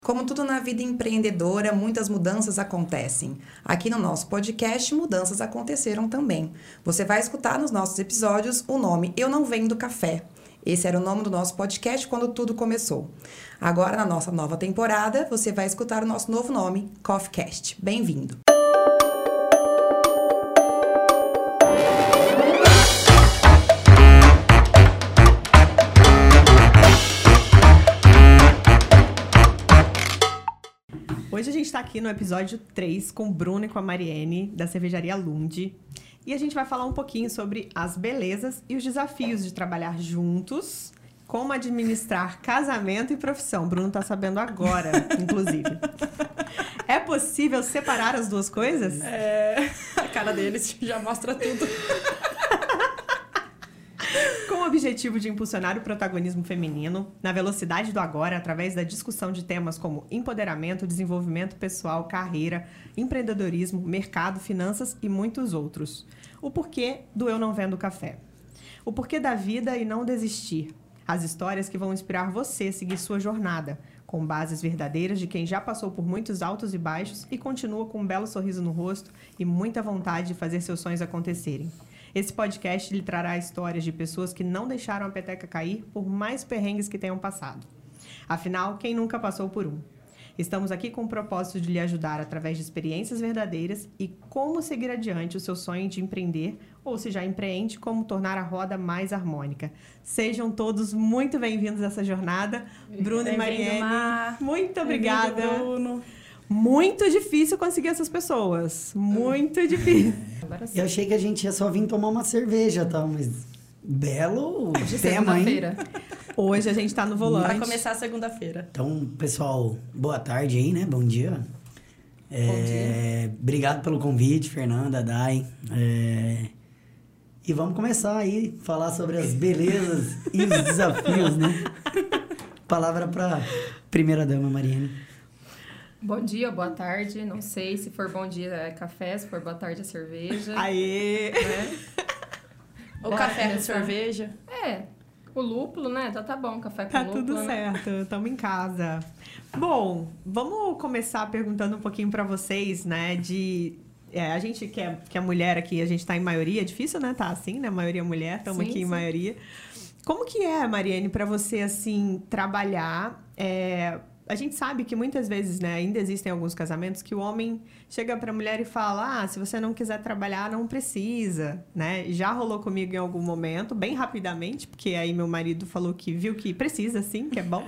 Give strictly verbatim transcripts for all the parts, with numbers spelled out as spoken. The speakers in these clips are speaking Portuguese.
Como tudo na vida empreendedora, muitas mudanças acontecem. Aqui no nosso podcast, mudanças aconteceram também. Você vai escutar nos nossos episódios o nome Eu Não Vendo Café. Esse era o nome do nosso podcast quando tudo começou. Agora, na nossa nova temporada, você vai escutar o nosso novo nome, CoffeeCast. Bem-vindo! Hoje a gente está aqui no episódio três com o Bruno e com a Mariene, da cervejaria Lund. E a gente vai falar um pouquinho sobre as belezas e os desafios de trabalhar juntos, como administrar casamento e profissão. O Bruno tá sabendo agora, inclusive. É possível separar as duas coisas? É, a cara deles já mostra tudo. Com o objetivo de impulsionar o protagonismo feminino na velocidade do agora, através da discussão de temas como empoderamento, desenvolvimento pessoal, carreira, empreendedorismo, mercado, finanças e muitos outros. O porquê do Eu Não Vendo Café. O porquê da vida e não desistir. As histórias que vão inspirar você a seguir sua jornada, com bases verdadeiras de quem já passou por muitos altos e baixos e continua com um belo sorriso no rosto e muita vontade de fazer seus sonhos acontecerem. Esse podcast lhe trará histórias de pessoas que não deixaram a peteca cair por mais perrengues que tenham passado. Afinal, quem nunca passou por um? Estamos aqui com o propósito de lhe ajudar através de experiências verdadeiras e como seguir adiante o seu sonho de empreender, ou se já empreende, como tornar a roda mais harmônica. Sejam todos muito bem-vindos a essa jornada. Bruno e Mariene, Mar. muito obrigada. Bruno. Muito difícil conseguir essas pessoas. Muito difícil. Eu achei que a gente ia só vir tomar uma cerveja, tá? Mas belo Hoje é tema, hein? segunda-feira. Hoje a gente tá no volante. Vai começar a segunda-feira. Então, pessoal, boa tarde aí, né? Bom dia. É, Bom dia. Obrigado pelo convite, Fernanda, Dai. É, e vamos começar aí, falar sobre as belezas e os desafios, né? Palavra pra primeira dama, Mariene. Bom dia, boa tarde, não sei, se for bom dia é café, se for boa tarde é cerveja. Aê! Né? Ou Bora café com começar. cerveja. É, o lúpulo, né? Então tá bom, café com Tá lúpulo, tudo né? certo, estamos em casa. Bom, vamos começar perguntando um pouquinho pra vocês, né, de... É, a gente que é, que é mulher aqui, a gente tá em maioria, é difícil, né, tá assim, né, maioria mulher, estamos Sim, aqui em sim. maioria. Como que é, Mariene, pra você, assim, trabalhar... É... A gente sabe que muitas vezes, né, ainda existem alguns casamentos que o homem chega pra mulher e fala, ah, se você não quiser trabalhar, não precisa, né? Já rolou comigo em algum momento, bem rapidamente, porque aí meu marido falou que viu que precisa, sim, que é bom.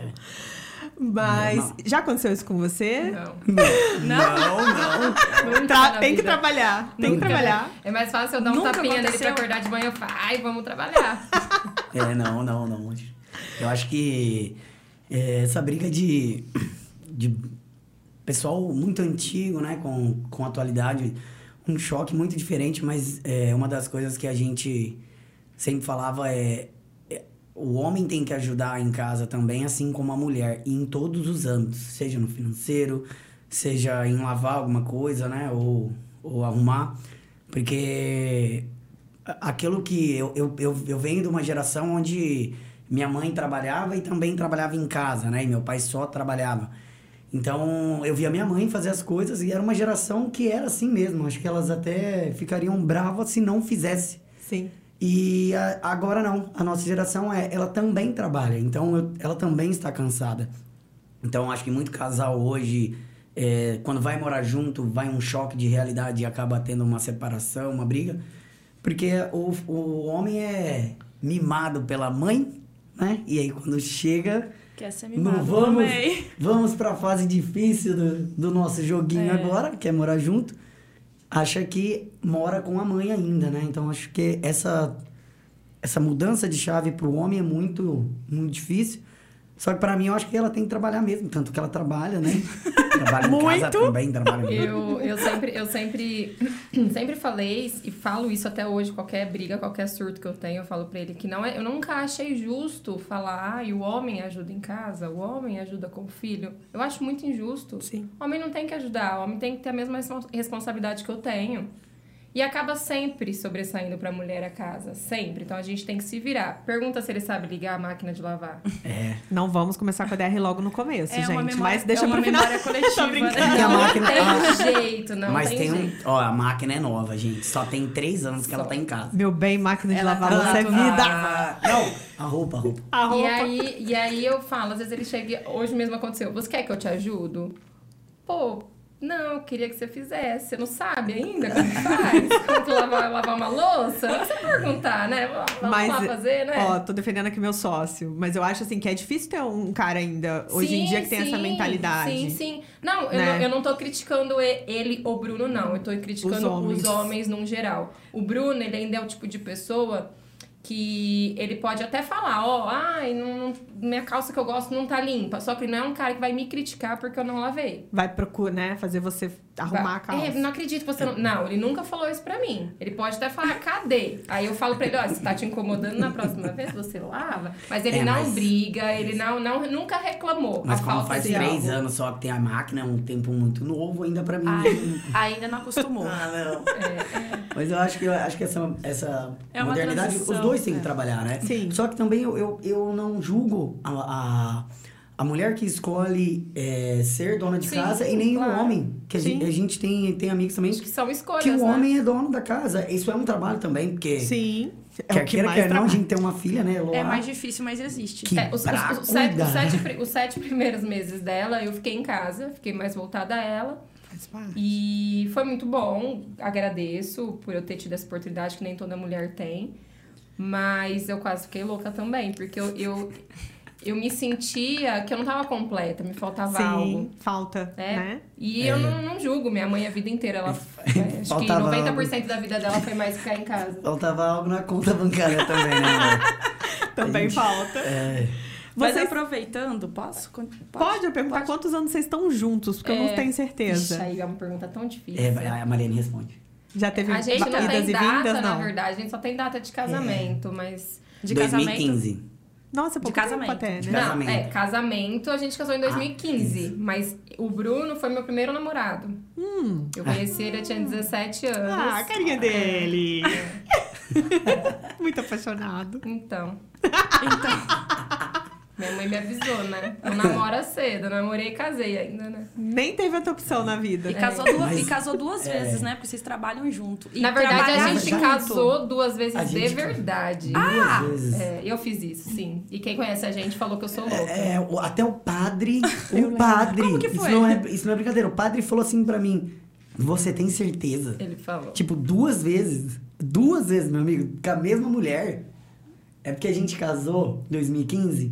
Mas Não. já aconteceu isso com você? Não. Não, não. Nunca Tra- na tem que vida. trabalhar, tem que Nunca, trabalhar. né? É mais fácil eu dar um Nunca tapinha nele pra aconteceu? acordar de manhã e falar, ai, vamos trabalhar. É, não, não, não. Eu acho que é, essa briga de, de pessoal muito antigo, né, com, com a atualidade, um choque muito diferente, mas é, uma das coisas que a gente sempre falava é, é o homem tem que ajudar em casa também, assim como a mulher, e em todos os âmbitos, seja no financeiro, seja em lavar alguma coisa, né, ou, ou arrumar, porque aquilo que eu, eu, eu, eu venho de uma geração onde minha mãe trabalhava e também trabalhava em casa, né? E meu pai só trabalhava. Então, eu via minha mãe fazer as coisas e era uma geração que era assim mesmo. Acho que elas até ficariam bravas se não fizesse. Sim. E a, agora não. A nossa geração, é, ela também trabalha. Então, eu, ela também está cansada. Então, acho que muito casal hoje, é, quando vai morar junto, vai um choque de realidade e acaba tendo uma separação, uma briga. Porque o, o homem é mimado pela mãe, né? E aí, quando chega... Quer ser mimado Não vamos, também. vamos pra fase difícil do, do nosso joguinho É. agora, que é morar junto. Acha que mora com a mãe ainda, né? Então, acho que essa, essa mudança de chave pro homem é muito, muito difícil. Só que pra mim, eu acho que ela tem que trabalhar mesmo. Tanto que ela trabalha, né? Trabalha em casa Muito. também, trabalha muito. Eu, eu sempre, eu sempre, sempre falei e falo isso até hoje, qualquer briga, qualquer surto que eu tenho, eu falo pra ele que não é, eu nunca achei justo falar, ah, e o homem ajuda em casa, o homem ajuda com o filho. Eu acho muito injusto. Sim. O homem não tem que ajudar, o homem tem que ter a mesma respons- responsabilidade que eu tenho. E acaba sempre sobressaindo pra mulher a casa, sempre. Então a gente tem que se virar. Pergunta se ele sabe ligar a máquina de lavar. É. Não vamos começar com a D R logo no começo, É uma gente. memória- Mas deixa é uma pro final. memória coletiva, Tô brincando. né? E a Não máquina- tem a- jeito, não Mas tem, tem um. jeito. Ó, a máquina é nova, gente. Só tem três anos que ela Só. tá em casa. Meu bem, máquina de Ela lavar tá louça é lá, vida. Ah, não, a roupa, a roupa. A roupa. E aí, e aí eu falo, às vezes ele chega, hoje mesmo aconteceu, você quer que eu te ajudo? Pô, não, eu queria que você fizesse. Você não sabe ainda como faz? Como que lavar, lavar uma louça? Não você perguntar, né? Vamos Mas, lá fazer, né? ó, tô defendendo aqui meu sócio. Mas eu acho, assim, que é difícil ter um cara ainda, hoje em Sim, dia, que tem essa sim, mentalidade. Sim, sim. Não, eu Né? não, eu não tô criticando e- ele, o Bruno, não. Eu tô criticando Os homens. os homens num geral. O Bruno, ele ainda é o tipo de pessoa que ele pode até falar, ó, ai, não, minha calça que eu gosto não tá limpa. Só que ele não é um cara que vai me criticar porque eu não lavei. Vai procurar, né? Fazer você arrumar a calça. É, não acredito que você não... Não, ele nunca falou isso pra mim. Ele pode até falar, cadê? Aí eu falo pra ele, ó, se tá te incomodando na próxima vez, você lava. Mas ele É, não mas- briga, ele não, não, nunca reclamou. Mas a como falta faz de três algo. anos só que tem a máquina, é um tempo muito novo ainda pra mim. Ai, ainda não acostumou. Ah, não. É, Mas eu acho que, eu acho que essa, essa É uma modernidade, transição, os dois têm é. que trabalhar, né? Sim. Só que também eu, eu, eu não julgo a, a, a mulher que escolhe é, ser dona de Sim, casa e nem claro. o homem. Que a Sim. gente, a gente tem, tem amigos também Acho que são escolhas, que o né? homem é dono da casa. Isso é um trabalho também, porque Sim. É quer o que queira, mais quer não, a trabalha. gente tem uma filha, né, Eloá? É mais difícil, mas existe. Que É, os, os- pra os sete, cuidar. os, sete, pri- os sete primeiros meses dela, eu fiquei em casa, fiquei mais voltada a ela. Faz parte. E foi muito bom, agradeço por eu ter tido essa oportunidade que nem toda mulher tem. Mas eu quase fiquei louca também, porque eu, eu, eu me sentia que eu não tava completa, me faltava Sim, algo. falta, Né? né? E eu não, não julgo, minha mãe a vida inteira, ela, é, acho que Faltava noventa por cento da vida dela foi mais ficar em casa. Faltava algo na conta bancária também, né, amor? Também gente- falta. É, Mas Vocês- aproveitando, posso? Pode, Pode eu perguntar Pode. quantos anos vocês estão juntos? Porque eu É, não tenho certeza. Ixi, aí é uma pergunta tão difícil. é, a Mariane responde. Já teve A gente não idas tem e data, vindas, na não? verdade, a gente só tem data de casamento, mas... De dois mil e casamento. quinze. Nossa, pouco tempo casamento. até, De né? casamento. Não, é, casamento a gente casou em dois mil e quinze, mas o Bruno foi meu primeiro namorado. Hum. Eu conheci ele, eu tinha dezessete anos. Ah, a carinha dele. Muito apaixonado. Então, Então, minha mãe me avisou, né? Não namora cedo, eu namorei e casei ainda, né? Nem teve outra opção na vida. e casou, duas, Mas- e casou duas é. vezes, né? Porque vocês trabalham junto. E Na verdade, a trabalhar gente junto- casou duas vezes A de gente- verdade. Duas vezes. É, eu fiz isso, sim. E quem conhece a gente falou que eu sou louca. É, o- até o padre, o padre, Como que isso foi? não, é, isso não é brincadeira, o padre falou assim pra mim, você tem certeza? Ele falou. Tipo, duas vezes, duas vezes, meu amigo, com a mesma mulher. É porque a gente casou em dois mil e quinze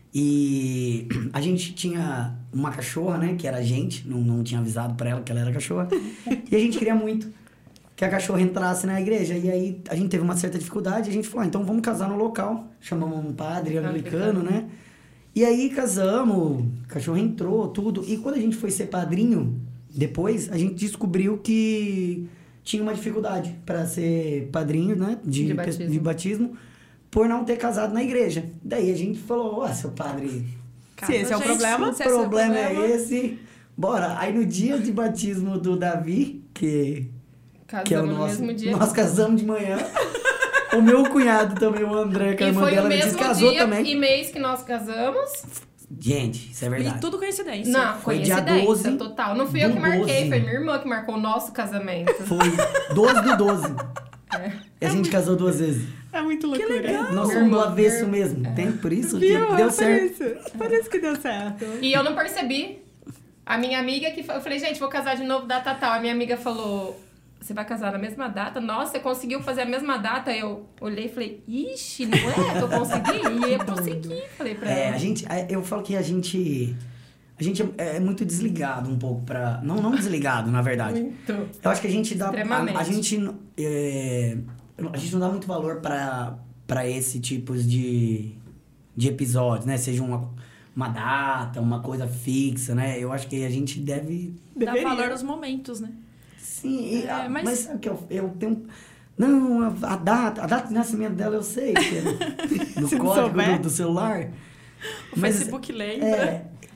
e a gente tinha uma cachorra, né, que era a gente, não, não tinha avisado pra ela que ela era cachorra, e a gente queria muito que a cachorra entrasse na igreja, e aí a gente teve uma certa dificuldade, a gente falou, ah, então vamos casar no local, chamamos um padre anglicano, né, e aí casamos, o cachorro entrou, tudo, e quando a gente foi ser padrinho, depois, a gente descobriu que tinha uma dificuldade para ser padrinho, né, de, De pe- batismo. de batismo, por não ter casado na igreja. Daí a gente falou, ó, seu padre, Se esse é o Gente, problema, o se esse é o problema é problema- esse, bora. Aí no dia de batismo do Davi, que, que é o Casamos no nosso, mesmo dia. nós casamos de manhã, o meu cunhado também, o André, que a E irmã foi dela o disse, mesmo casou dia também. e mês que nós casamos. Gente, isso é verdade. E tudo coincidência. Não, Foi dia coincidência doze total. Não fui eu do que marquei, doze. foi minha irmã que marcou o nosso casamento. Foi doze do doze. É. E a gente casou duas vezes. é muito loucura. Nós Meu somos do irmão, avesso meu- mesmo. Tem por isso que Viu? deu É certo. Por isso. Por isso que deu certo. E eu não percebi. A minha amiga que... fa- Eu falei, gente, vou casar de novo data tal. A minha amiga falou... Você vai casar na mesma data? Nossa, você conseguiu fazer a mesma data? Eu olhei e falei, ixi, não é? Eu consegui? E eu consegui, falei pra É, ela. a gente, é, eu falo que a gente, a gente é, é muito desligado um pouco pra, não, não desligado, na verdade. Muito. Eu acho que a gente dá, a, Extremamente. a gente, é, a gente não dá muito valor pra, pra esse tipo de, de episódios, né? Seja uma, uma data, uma coisa fixa, né? Eu acho que a gente deve, Dá Deveria. valor aos momentos, né? sim, e, É, a- mas- mas sabe que eu, eu tenho... Não, a, a data, a data de nascimento dela eu sei, que é no, no Se não código souber. do, do celular. O Mas, Facebook lembra. É,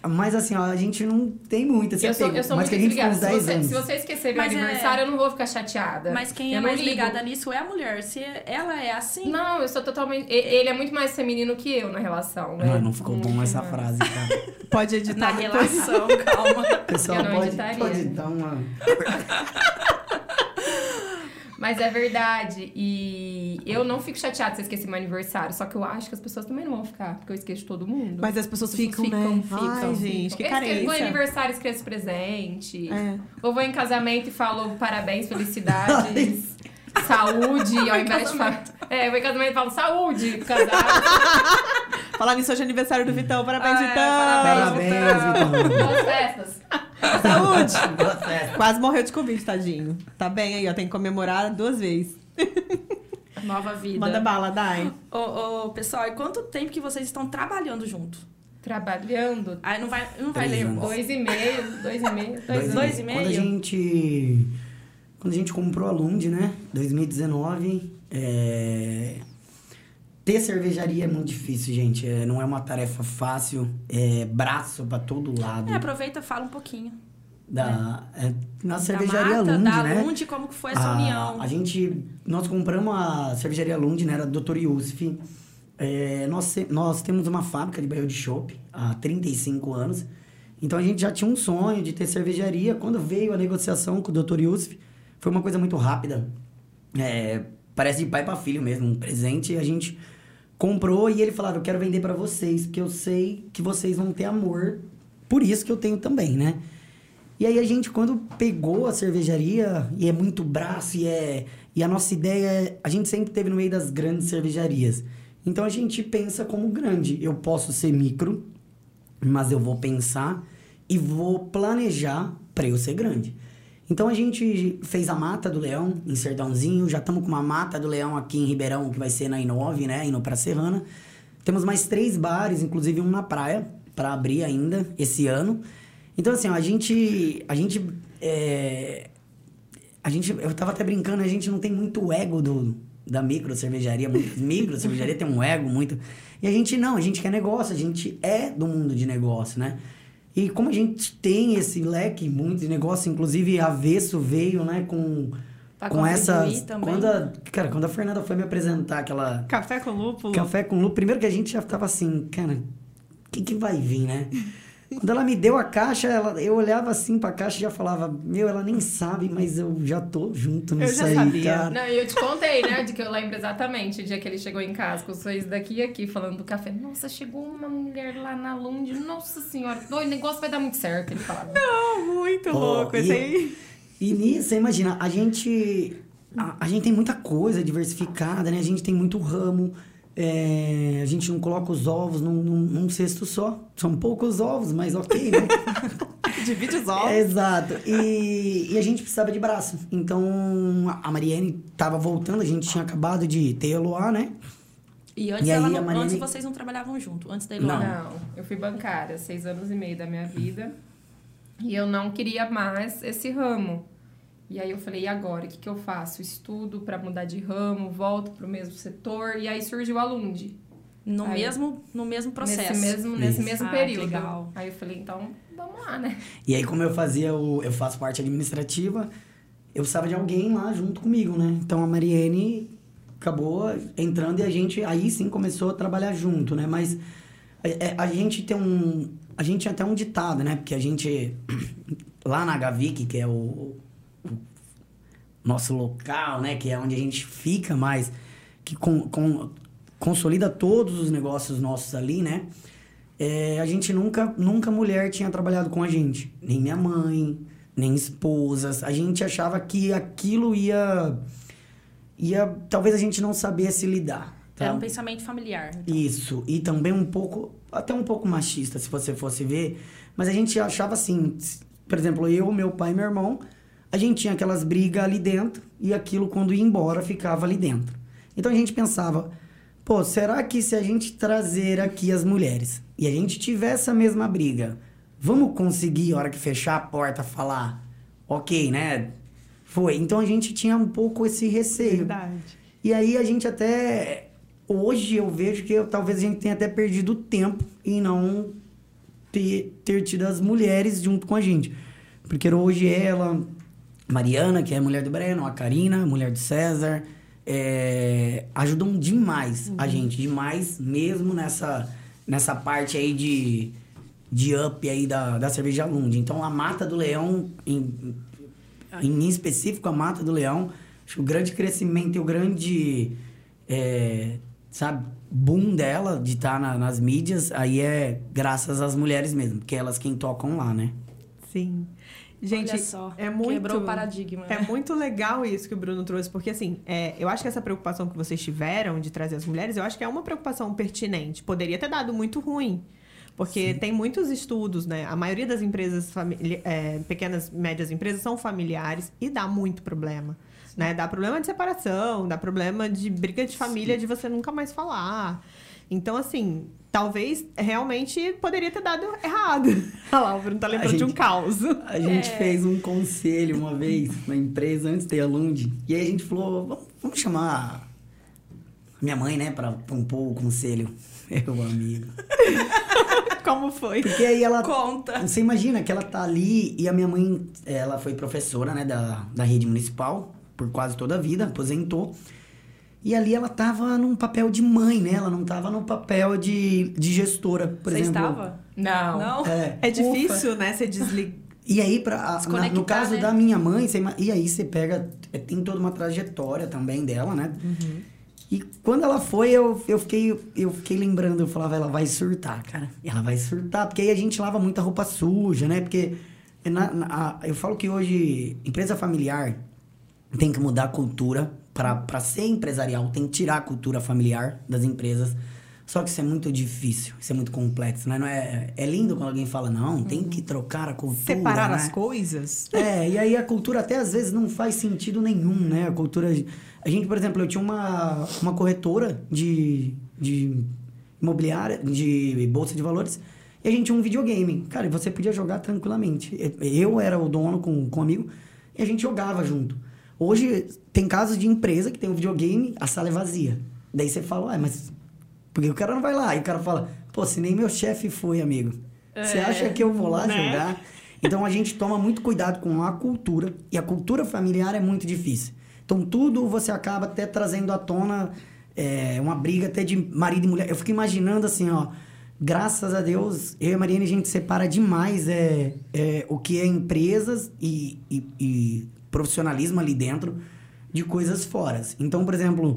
Mas assim, ó, a gente não tem muito esse Eu sou, apego. eu sou mas muito que a gente ligada. ficou Se uns dez você, anos. se você esquecer meu Mas é- aniversário, eu não vou ficar chateada. Mas quem é Eu não mais ligo. ligada nisso é a mulher. Se ela é assim... Não, eu sou totalmente... e- Ele é muito mais feminino que eu na relação. Não, né? não ficou bom Muito essa mais. frase, cara. Pode editar Na depois. relação, calma. O pessoal Eu não pode, editaria. pode dar uma... Mas é verdade. E eu não fico chateada se eu esquecer meu aniversário. Só que eu acho que as pessoas também não vão ficar, porque eu esqueço todo mundo. Mas as pessoas As pessoas ficam, ficam, né? ficam, Ai, gente, que Eu esqueço, vou em carência. aniversário, esqueço presente. É. Ou vou em casamento e falo parabéns, felicidades, saúde, ao invés de falar... É, eu vou em casamento e falo saúde, casado. Falar nisso, hoje é aniversário do Vitão. Parabéns, Ah, é, Vitão! parabéns, Vitão. Boas festas. Saúde! Boa festa. Quase morreu de Covid, tadinho. Tá bem aí, ó. Tem que comemorar duas vezes. Nova vida. Manda bala, Dai. Ô, ô, pessoal, e quanto tempo que vocês estão trabalhando junto? Trabalhando. Aí não vai, não vai Três ler. anos. Dois e meio, dois e meio, dois, Dois- anos. dois e meio? Quando a gente... Quando a gente comprou a Lund, né? dois mil e dezenove, é... ter cervejaria é muito difícil, gente. É, não é uma tarefa fácil. É braço pra todo lado. É, aproveita e fala um pouquinho. Da, é, na Da cervejaria Marta, Lund, da né? Lund, como que foi essa a, união? A gente... Nós compramos a cervejaria Lund, né? Era doutor Yusuf. É, nós, te- nós temos uma fábrica de barril de chopp há trinta e cinco anos. Então, a gente já tinha um sonho de ter cervejaria. Quando veio a negociação com o doutor Yusuf, foi uma coisa muito rápida. É, parece de pai para filho mesmo, um presente. E a gente comprou e ele falava, eu quero vender para vocês, porque eu sei que vocês vão ter amor. Por isso que eu tenho também, né? E aí a gente, quando pegou a cervejaria, e é muito braço, e, é, e a nossa ideia é... A gente sempre teve no meio das grandes cervejarias. Então a gente pensa como grande. Eu posso ser micro, mas eu vou pensar e vou planejar para eu ser grande. Então a gente fez a Mata do Leão em Sertãozinho, já estamos com uma Mata do Leão aqui em Ribeirão, que vai ser na Inove, né? Indo pra Serrana. Temos mais três bares, inclusive um na praia, para abrir ainda esse ano. Então, assim, ó, a gente... A gente, é, a gente... Eu tava até brincando, a gente não tem muito ego do, da micro cervejaria. Micro cervejaria tem um ego muito... E a gente não, a gente quer negócio, a gente é do mundo de negócio, né? E como a gente tem esse leque muito de negócio, inclusive a Avesso veio, né, com... Pra com contribuir essas... também. Quando a, cara, quando a Fernanda foi me apresentar aquela... Café com lúpulo. Café com lúpulo. Primeiro que a gente já tava assim, cara, o que, que vai vir, né? Quando ela me deu a caixa, ela, eu olhava assim pra caixa e já falava, meu, ela nem sabe, mas eu já tô junto nisso já aí, sabia. cara. Não, e eu te contei, né? De que eu lembro exatamente o dia que ele chegou em casa com os dois daqui e aqui falando do café. Nossa, chegou uma mulher lá na Lund. Nossa senhora, o negócio vai dar muito certo, ele falava. Não, muito Ó, louco. e- Esse aí... E nisso, você imagina, a gente... A, a gente tem muita coisa diversificada, né? A gente tem muito ramo. é, a gente não coloca os ovos num, num, num cesto só. São poucos ovos, mas ok, né? Divide os ovos. É, exato. E, e a gente precisava de braço. Então, a Mariane tava voltando. A gente tinha acabado de ter Eloá, né? E antes, E ela aí, não- a Mariane- antes vocês não trabalhavam junto, antes da Não. Eloá. Não, eu fui bancária, seis anos e meio da minha vida. E eu não queria mais esse ramo. E aí eu falei, e agora? O que, que eu faço? Estudo pra mudar de ramo, volto pro mesmo setor. E aí surgiu a Lund. No, Aí- mesmo, no mesmo processo. Nesse mesmo, nesse Isso. mesmo Ah, período. legal. Aí eu falei, então, vamos lá, né? E aí, como eu fazia o... Eu faço parte administrativa, eu precisava de alguém lá junto comigo, né? Então, a Mariane acabou entrando e a gente... Aí, sim, começou a trabalhar junto, né? Mas a, a gente tem um... A gente tem até um ditado, né? Porque a gente... Lá na Gavic, que é o... o nosso local, né? Que é onde a gente fica mais... Que com, com, consolida todos os negócios nossos ali, né? É, a gente nunca, nunca mulher tinha trabalhado com a gente. Nem minha mãe, nem esposas. A gente achava que aquilo ia... ia talvez a gente não sabesse lidar. Tá? Era um pensamento familiar. então. Isso. E também um pouco... Até um pouco machista, se você fosse ver. Mas a gente achava assim... Por exemplo, eu, meu pai e meu irmão... A gente tinha aquelas brigas ali dentro. E aquilo, quando ia embora, ficava ali dentro. Então, a gente pensava... Pô, será que se a gente trazer aqui as mulheres... E a gente tiver essa mesma briga... Vamos conseguir, a hora que fechar a porta, falar... Ok, né? Foi. Então, a gente tinha um pouco esse receio. Verdade. E aí, a gente até... Hoje, eu vejo que eu, talvez a gente tenha até perdido tempo... E não ter, ter tido as mulheres junto com a gente. Porque hoje ela, Mariana, que é a mulher do Breno, a Karina, a mulher do César, é, ajudam demais uhum. a gente, demais mesmo nessa, nessa parte aí de, de up aí da, da cerveja Lund. Então, a Mata do Leão, em, em específico, a Mata do Leão, acho que o grande crescimento e o grande, é, sabe, boom dela de estar na, nas mídias, aí é graças às mulheres mesmo, porque elas quem tocam lá, né? Sim. Gente, olha só, é muito, quebrou o paradigma. É né? muito legal isso que o Bruno trouxe, porque assim, é, eu acho que essa preocupação que vocês tiveram de trazer as mulheres, eu acho que é uma preocupação pertinente. Poderia ter dado muito ruim, porque Sim. tem muitos estudos, né? A maioria das empresas, é, pequenas e médias empresas, são familiares e dá muito problema. Né? Dá problema de separação, dá problema de briga de família, Sim. de você nunca mais falar. Então, assim, talvez realmente poderia ter dado errado. Olha lá, o Bruno tá lembrando gente, de um caos. A gente é. fez um conselho uma vez na empresa, antes de ter a Lund. E aí a gente falou, vamos, vamos chamar a minha mãe, né, pra compor o conselho. Meu amigo. Como foi? Porque aí ela... Conta. Você imagina que ela tá ali e a minha mãe, ela foi professora, né, da, da rede municipal por quase toda a vida, aposentou. E ali ela tava num papel de mãe, né? Ela não tava no papel de, de gestora, por Você exemplo. Você estava? Não. Não? É, é difícil, né? Você desliga. E aí, pra, na, no caso né? da minha mãe, você, e aí você pega... Tem toda uma trajetória também dela, né? Uhum. E quando ela foi, eu, eu, fiquei, eu fiquei lembrando, eu falava, ela vai surtar, cara. Ela vai surtar, porque aí a gente lava muita roupa suja, né? Porque na, na, eu falo que hoje, empresa familiar tem que mudar a cultura. Para ser empresarial, tem que tirar a cultura familiar das empresas. Só que isso é muito difícil, isso é muito complexo, né? Não é, é lindo quando alguém fala, não, tem que trocar a cultura, separar né? as coisas. É, e aí a cultura até às vezes não faz sentido nenhum, né? A cultura... A gente, por exemplo, eu tinha uma, uma corretora de, de imobiliária, de bolsa de valores, e a gente tinha um videogame. Cara, e você podia jogar tranquilamente. Eu era o dono com, com um amigo, e a gente jogava junto. Hoje, tem casos de empresa que tem um videogame, a sala é vazia. Daí você fala, ué, mas... Porque o cara não vai lá. E o cara fala, pô, se nem meu chefe foi, amigo. É, você acha que eu vou lá né? jogar? Então, a gente toma muito cuidado com a cultura. E a cultura familiar é muito difícil. Então, tudo você acaba até trazendo à tona é, uma briga até de marido e mulher. Eu fico imaginando assim, ó... Graças a Deus, eu e a Mariana, a gente separa demais é, é, o que é empresas e... e, e profissionalismo ali dentro de coisas fora. Então, por exemplo,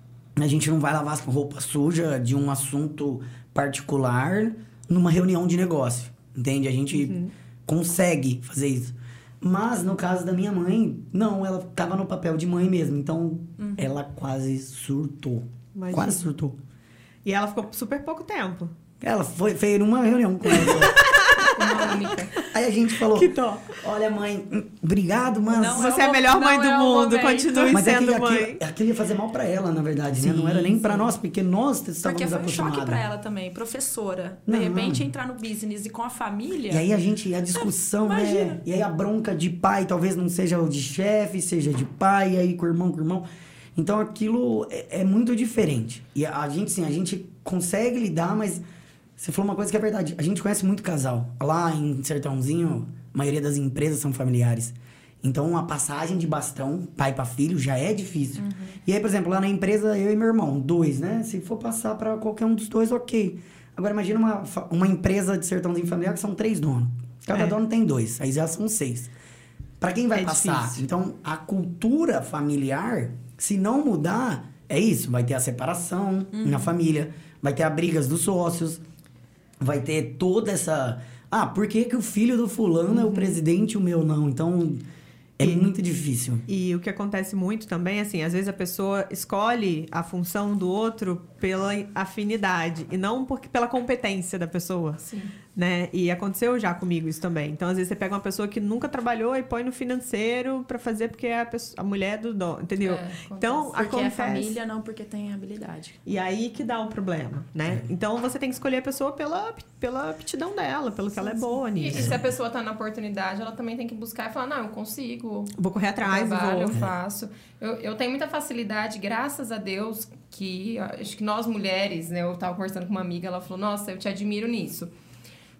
a gente não vai lavar as roupa suja de um assunto particular numa reunião de negócio, entende? A gente uhum. consegue fazer isso. Mas, no caso da minha mãe, não, ela tava no papel de mãe mesmo. Então, uhum. ela quase surtou. Imagina. Quase surtou. E ela ficou super pouco tempo. Ela foi, fez uma reunião com ela. Uma única. Aí a gente falou, que dó. Olha, mãe, obrigado, mas... Não, você é a melhor mãe do é mundo, continue mas sendo aquilo, mãe. Aquilo, aquilo ia fazer mal pra ela, na verdade, sim, né? Não era nem sim. pra nós, porque nós estávamos Porque foi um acostumados. choque pra ela também, professora. De não, repente, não. entrar no business e com a família... E aí a gente, a discussão, né? E aí a bronca de pai, talvez não seja o de chefe, seja de pai, e aí com o irmão, com o irmão. Então, aquilo é, é muito diferente. E a gente, sim, a gente consegue lidar, mas... Você falou uma coisa que é verdade. A gente conhece muito casal. Lá em Sertãozinho, a maioria das empresas são familiares. Então, a passagem de bastão, pai para filho, já é difícil. Uhum. E aí, por exemplo, lá na empresa, eu e meu irmão, dois, né? Se for passar para qualquer um dos dois, ok. Agora, imagina uma, uma empresa de Sertãozinho familiar que são três donos. Cada é. dono tem dois. Aí já são seis. Para quem vai é passar? Difícil. Então, a cultura familiar, se não mudar, é isso. Vai ter a separação uhum. na família. Vai ter as brigas dos sócios. Vai ter toda essa... Ah, por que, que o filho do fulano uhum. é o presidente e o meu não? Então, é e, muito difícil. E o que acontece muito também, assim, às vezes a pessoa escolhe a função do outro pela afinidade e não porque, pela competência da pessoa. Sim. Né? E aconteceu já comigo isso também. Então, às vezes, você pega uma pessoa que nunca trabalhou e põe no financeiro pra fazer porque é a, pessoa, a mulher do dono, entendeu? É, então, porque acontece... é família, não porque tem habilidade. E aí que dá o problema, né? É. Então, você tem que escolher a pessoa pela, pela aptidão dela, pelo que sim, ela é boa nisso. E, e se a pessoa tá na oportunidade, ela também tem que buscar e falar, não, eu consigo. Vou correr atrás, eu trabalho, vou. eu faço. Eu, eu tenho muita facilidade, graças a Deus, que acho que nós mulheres, né? Eu tava conversando com uma amiga, ela falou, nossa, eu te admiro nisso.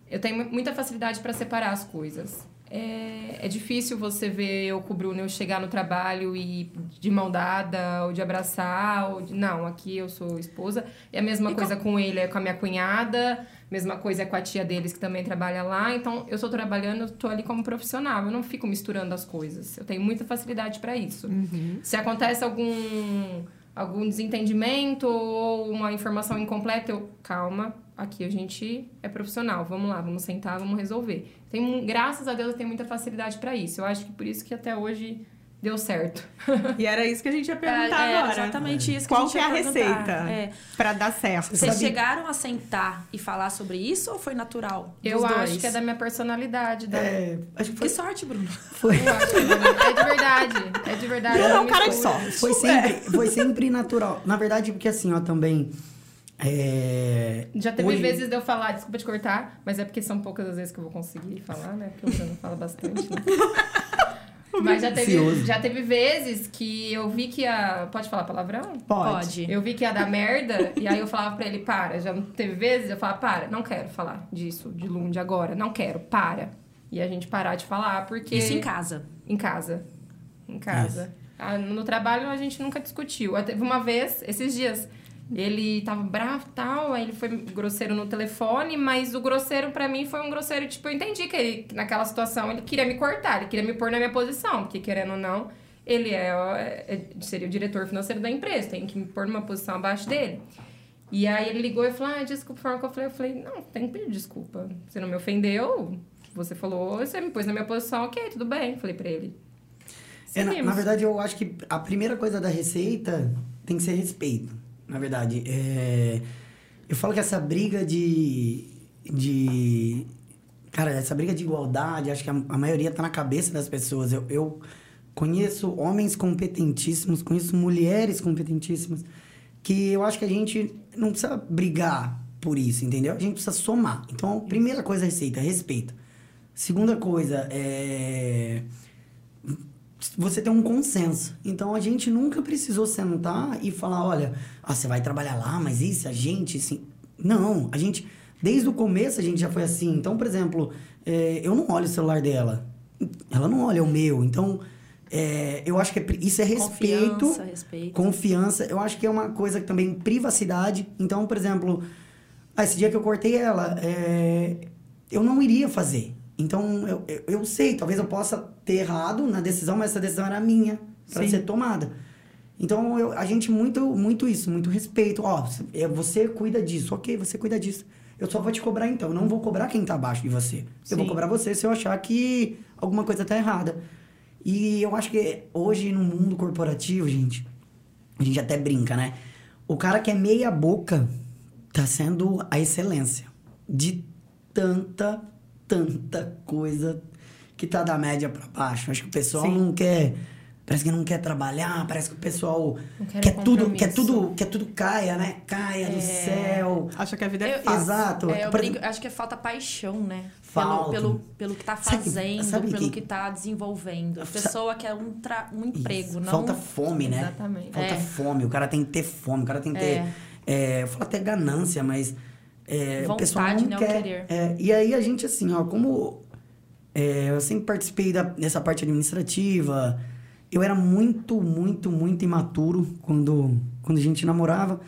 eu tenho muita facilidade para separar as coisas. É, é difícil você ver eu com o Bruno, eu chegar no trabalho e de mão dada, ou de abraçar, ou de... Não, aqui eu sou esposa. É a mesma E coisa com... com ele, é com a minha cunhada. Mesma coisa é com a tia deles, que também trabalha lá. Então, eu estou trabalhando, eu tô ali como profissional. Eu não fico misturando as coisas. Eu tenho muita facilidade para isso. Uhum. Se acontece algum, algum desentendimento ou uma informação incompleta, eu... Calma, aqui a gente é profissional. Vamos lá, vamos sentar, vamos resolver. Tem, graças a Deus, eu tenho muita facilidade para isso. Eu acho que por isso que até hoje deu certo. E era isso que a gente ia perguntar é, agora. Exatamente isso que Qual a gente que é ia a perguntar. receita É. pra dar certo? Vocês sabe- chegaram a sentar e falar sobre isso ou foi natural? Eu dos acho dois? que é da minha personalidade. Da... É, acho que Que foi, sorte, Bruno. foi, Eu acho que é da minha- é de verdade. É de verdade. Não, é é um uma cara de escolha. sorte. foi, sempre, foi sempre natural. Na verdade, porque assim, ó, também... É, Já teve hoje- vezes de eu falar, desculpa te cortar, mas é porque são poucas as vezes que eu vou conseguir falar, né? Porque o Bruno fala bastante, né? Mas já teve, Ansioso. já teve vezes que eu vi que ia... Pode falar palavrão? Pode. Eu vi que ia dar merda, e aí eu falava pra ele, para. Já não teve vezes, eu falava, para, não quero falar disso, de Lund agora, não quero, para. E a gente parar de falar, porque... Isso em casa. Em casa. Em casa. Ah, no trabalho a gente nunca discutiu. Até teve uma vez, esses dias, ele tava bravo e tal, aí ele foi grosseiro no telefone, mas o grosseiro pra mim foi um grosseiro, tipo, eu entendi que ele, que naquela situação, ele queria me cortar, ele queria me pôr na minha posição, porque querendo ou não, ele é, é seria o diretor financeiro da empresa, tem que me pôr numa posição abaixo dele. E aí ele ligou e falou, ah, desculpa, forma que eu falei, eu falei, não, tem que pedir desculpa, você não me ofendeu, você falou, você me pôs na minha posição, ok, tudo bem, falei pra ele. É, na, Seguimos. na verdade, eu acho que a primeira coisa da receita tem que ser respeito. Na verdade, é, eu falo que essa briga de, de... Cara, essa briga de igualdade, acho que a, a maioria tá na cabeça das pessoas. Eu, eu conheço homens competentíssimos, conheço mulheres competentíssimas, que eu acho que a gente não precisa brigar por isso, entendeu? A gente precisa somar. Então, primeira coisa da receita, respeito. Segunda coisa, é... você tem um consenso. Então, a gente nunca precisou sentar e falar, olha, ah, você vai trabalhar lá, mas isso, a gente, assim... Não, a gente... Desde o começo, a gente já foi assim. Então, por exemplo, é, eu não olho o celular dela. Ela não olha o meu. Então, é, eu acho que é, isso é respeito. Confiança, respeito. Confiança. Eu acho que é uma coisa que também... Privacidade. Então, por exemplo... Ah, esse dia que eu cortei ela, é, eu não iria fazer. Então, eu, eu, eu sei, talvez eu possa ter errado na decisão, mas essa decisão era minha para Sim. ser tomada. Então, eu, a gente muito, muito isso, muito respeito. Ó, você, você cuida disso, ok, você cuida disso. Eu só vou te cobrar então, eu não vou cobrar quem tá abaixo de você. Sim. Eu vou cobrar você se eu achar que alguma coisa tá errada. E eu acho que hoje, no mundo corporativo, gente, a gente até brinca, né? O cara que é meia boca tá sendo a excelência de tanta, tanta coisa que tá da média pra baixo. Acho que o pessoal Sim. não quer... Parece que não quer trabalhar, parece que o pessoal Não quer quer tudo, compromisso. quer tudo, quer tudo caia, né? Caia do céu. Acha que a vida é Eu- fácil. Exato. É, eu Por brinco, acho que falta paixão, né? Falta. Pelo, pelo, pelo que tá Sabe que- fazendo, sabe pelo que- que tá desenvolvendo. A Sa- pessoa quer um, tra... um emprego, Isso. não... Falta fome, né? Exatamente. Falta É. fome. O cara tem que ter fome, o cara tem que ter... É. É, eu falo até ganância, mas... É, o pessoal Vontade, não né? O quer. querer. É, e aí a gente, assim, ó, como... é, eu sempre participei da, dessa parte administrativa... Eu era muito, muito, muito imaturo quando, quando a gente namorava.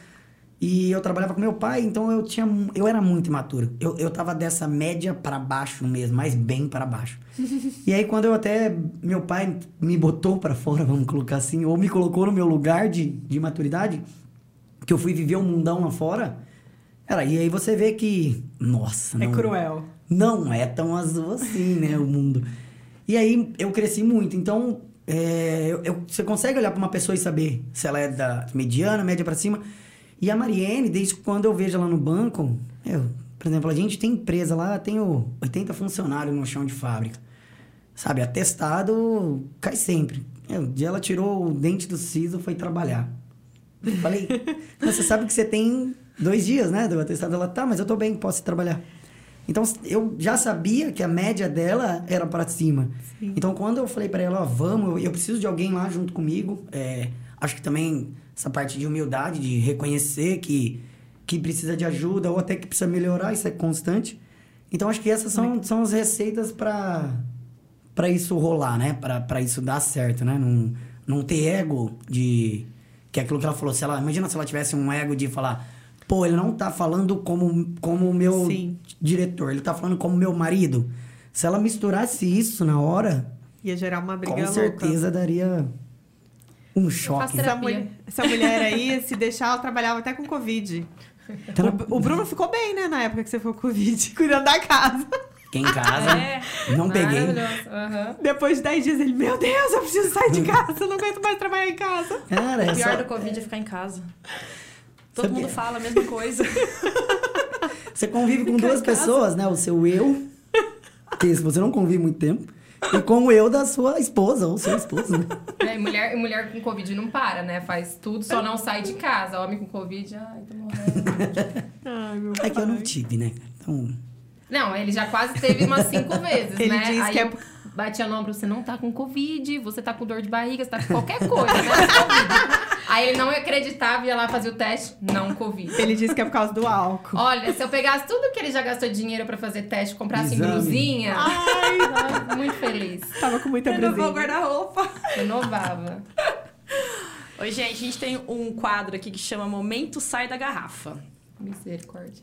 E eu trabalhava com meu pai, então eu tinha eu era muito imaturo. Eu, eu tava dessa média para baixo mesmo, mais bem para baixo. E aí quando eu até... Meu pai me botou para fora, vamos colocar assim, ou me colocou no meu lugar de, de maturidade, que eu fui viver o mundão lá fora. Cara, e aí você vê que... Nossa, É não, cruel. não é tão azul assim, né, o mundo. E aí eu cresci muito, então... É, eu, eu- você consegue olhar para uma pessoa e saber se ela é da mediana, média para cima. E a Mariene, desde quando eu vejo ela no banco, eu, por exemplo, a gente tem empresa lá, tenho oitenta funcionários no chão de fábrica. Sabe, atestado cai sempre. É, um dia ela tirou o dente do siso e foi trabalhar. Eu falei, você sabe que você tem dois dias, né, do atestado. Ela, tá, mas eu tô bem, posso ir trabalhar. Então, eu já sabia que a média dela era para cima. Sim. Então, quando eu falei para ela, ó, vamos, eu, eu preciso de alguém lá junto comigo. É, acho que também essa parte de humildade, de reconhecer que, que precisa de ajuda ou até que precisa melhorar, isso é constante. Então, acho que essas são, são as receitas para para isso rolar, né? Para isso dar certo, né? Não, não ter ego de... Que é aquilo que ela falou. Se ela, imagina se ela tivesse um ego de falar... Pô, ele não tá falando como como o meu Sim. diretor. Ele tá falando como meu marido. Se ela misturasse isso na hora... Ia gerar uma briga com louca. certeza daria um choque. faço Essa, mulher, essa mulher aí, se deixar, ela trabalhava até com Covid. Então, O, o Bruno ficou bem, né, na época que você foi com Covid, cuidando da casa. Fiquei em casa, É. não peguei. Maravilhoso. Aham. Depois de dez dias, ele, meu Deus, eu preciso sair de casa, eu não aguento mais trabalhar em casa. Cara, é O pior só... do Covid é ficar em casa. Todo Sabia? mundo fala a mesma coisa. Você convive com duas pessoas, né? O seu eu, que se você não convive muito tempo, e com o eu da sua esposa ou seu esposo, né? É, e mulher, e mulher com Covid não para, né? Faz tudo, só não sai de casa. Homem com Covid, ai, tô morrendo. Ai, meu É que eu não pai. tive, né? Então, Não, ele já quase teve umas cinco vezes, Ele né? diz Aí que é- eu batia no ombro, você não tá com Covid, você tá com dor de barriga, você tá com qualquer coisa, né? Covid. Aí ele não acreditava, ia lá fazer o teste, não Covid. Ele disse que é por causa do álcool. Olha, se eu pegasse tudo que ele já gastou dinheiro pra fazer teste, comprasse em Exame. blusinha, Ai, tava muito feliz. tava com muita Renovou o brusinha. guarda-roupa. Renovava. Oi, gente, a gente tem um quadro aqui que chama Momento Sai da Garrafa. Misericórdia.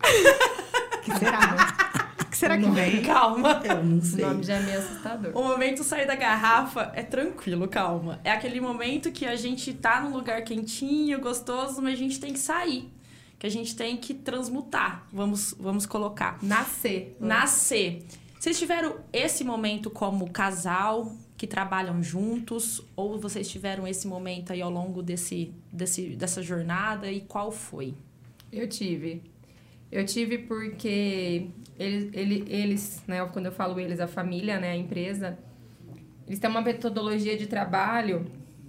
que será, né? O que será que vem? Calma. eu não O sei. nome já é meio assustador. O momento sair da garrafa é tranquilo, calma. É aquele momento que a gente tá num lugar quentinho, gostoso, mas a gente tem que sair. Que a gente tem que transmutar, vamos, vamos colocar. Nascer. Nascer. Vocês tiveram esse momento como casal que trabalham juntos? Ou vocês tiveram esse momento aí ao longo desse, desse, dessa jornada? E qual foi? Eu tive. Eu tive porque eles, eles, eles, né, quando eu falo eles, a família, né, a empresa, eles têm uma metodologia de trabalho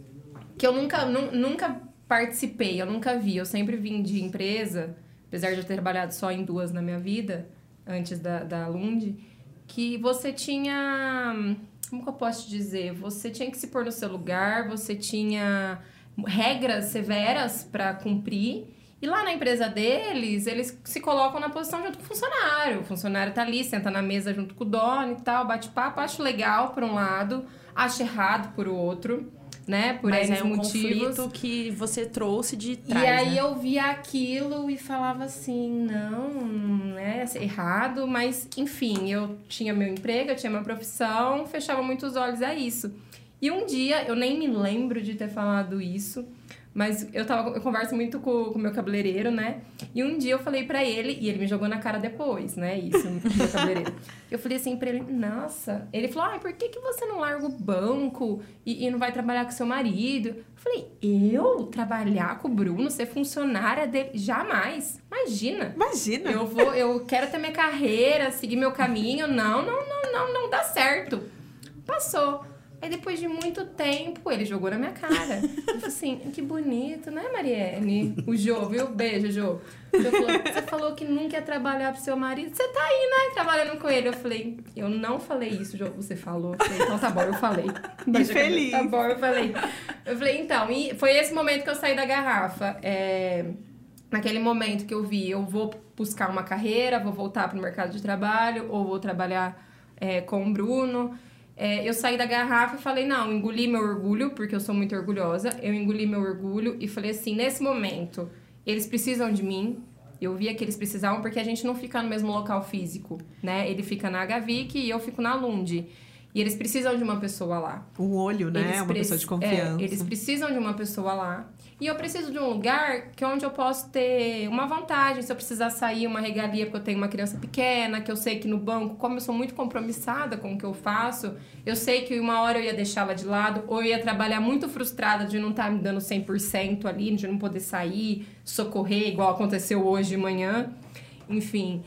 que eu nunca, nu, nunca participei, eu nunca vi. Eu sempre vim de empresa, apesar de eu ter trabalhado só em duas na minha vida, antes da, da Lund, que você tinha... Como que eu posso te dizer? Você tinha que se pôr no seu lugar, você tinha regras severas para cumprir. E lá na empresa deles, eles se colocam na posição junto com o funcionário. O funcionário tá ali, senta na mesa junto com o dono e tal, bate papo. Acho legal por um lado, acho errado por outro, né? Por Mas esses é um motivos. conflito que você trouxe de E trás, aí né? eu via aquilo e falava assim, não, não é errado, mas enfim, eu tinha meu emprego, eu tinha minha profissão, fechava muitos olhos a isso. E um dia, eu nem me lembro de ter falado isso, mas eu, tava, eu converso muito com o meu cabeleireiro, né? E um dia eu falei pra ele, e ele me jogou na cara depois, né? Isso, meu cabeleireiro. Eu falei assim pra ele, nossa... Ele falou, ai, por que, que você não larga o banco e, e não vai trabalhar com seu marido? Eu falei, eu trabalhar com o Bruno, ser funcionária dele? Jamais! Imagina! Imagina. Eu vou, eu quero ter minha carreira, seguir meu caminho. Não, não, não, não, não dá certo. Passou. Aí depois de muito tempo, ele jogou na minha cara. Eu falei assim, que bonito, né, Mariene? O Jô, viu? Beijo, Jô. Jô falou, você falou que nunca ia trabalhar pro seu marido. Você tá aí, né, trabalhando com ele. Eu falei, eu não falei isso, Jô. Você falou. Eu falei, então tá bom, eu falei. E feliz. Tá bom, eu falei. Eu falei, então, e foi esse momento que eu saí da garrafa. É... Naquele momento que eu vi, eu vou buscar uma carreira, vou voltar pro mercado de trabalho, ou vou trabalhar é, com o Bruno... É, eu saí da garrafa e falei, não, engoli meu orgulho, porque eu sou muito orgulhosa. Eu engoli meu orgulho e falei assim, nesse momento, eles precisam de mim. Eu via que eles precisavam, porque a gente não fica no mesmo local físico, né? Ele fica na Agavic e eu fico na Lund. E eles precisam de uma pessoa lá. Um olho, né? Eles Uma preci- pessoa de confiança. É, eles precisam de uma pessoa lá. E eu preciso de um lugar que onde eu posso ter uma vantagem. Se eu precisar sair, uma regalia, porque eu tenho uma criança pequena, que eu sei que no banco, como eu sou muito compromissada com o que eu faço, eu sei que uma hora eu ia deixá-la de lado, ou eu ia trabalhar muito frustrada de não estar me dando cem por cento ali, de não poder sair, socorrer, igual aconteceu hoje de manhã. Enfim.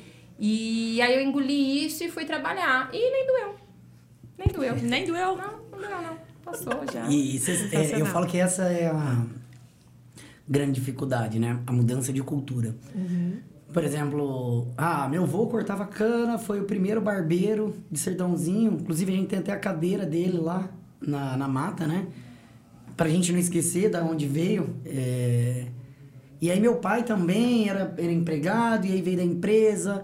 E aí eu engoli isso e fui trabalhar. E nem doeu. Nem doeu. Nem doeu? Não, não doeu, não. Passou já. E cês- é, eu falo que essa é a grande dificuldade, né? A mudança de cultura. Por exemplo, ah, meu avô cortava cana, foi o primeiro barbeiro de Sertãozinho. Inclusive, a gente tem até a cadeira dele lá na, na mata, né? Pra gente não esquecer de onde veio. É... E aí, meu pai também era, era empregado, e aí veio da empresa.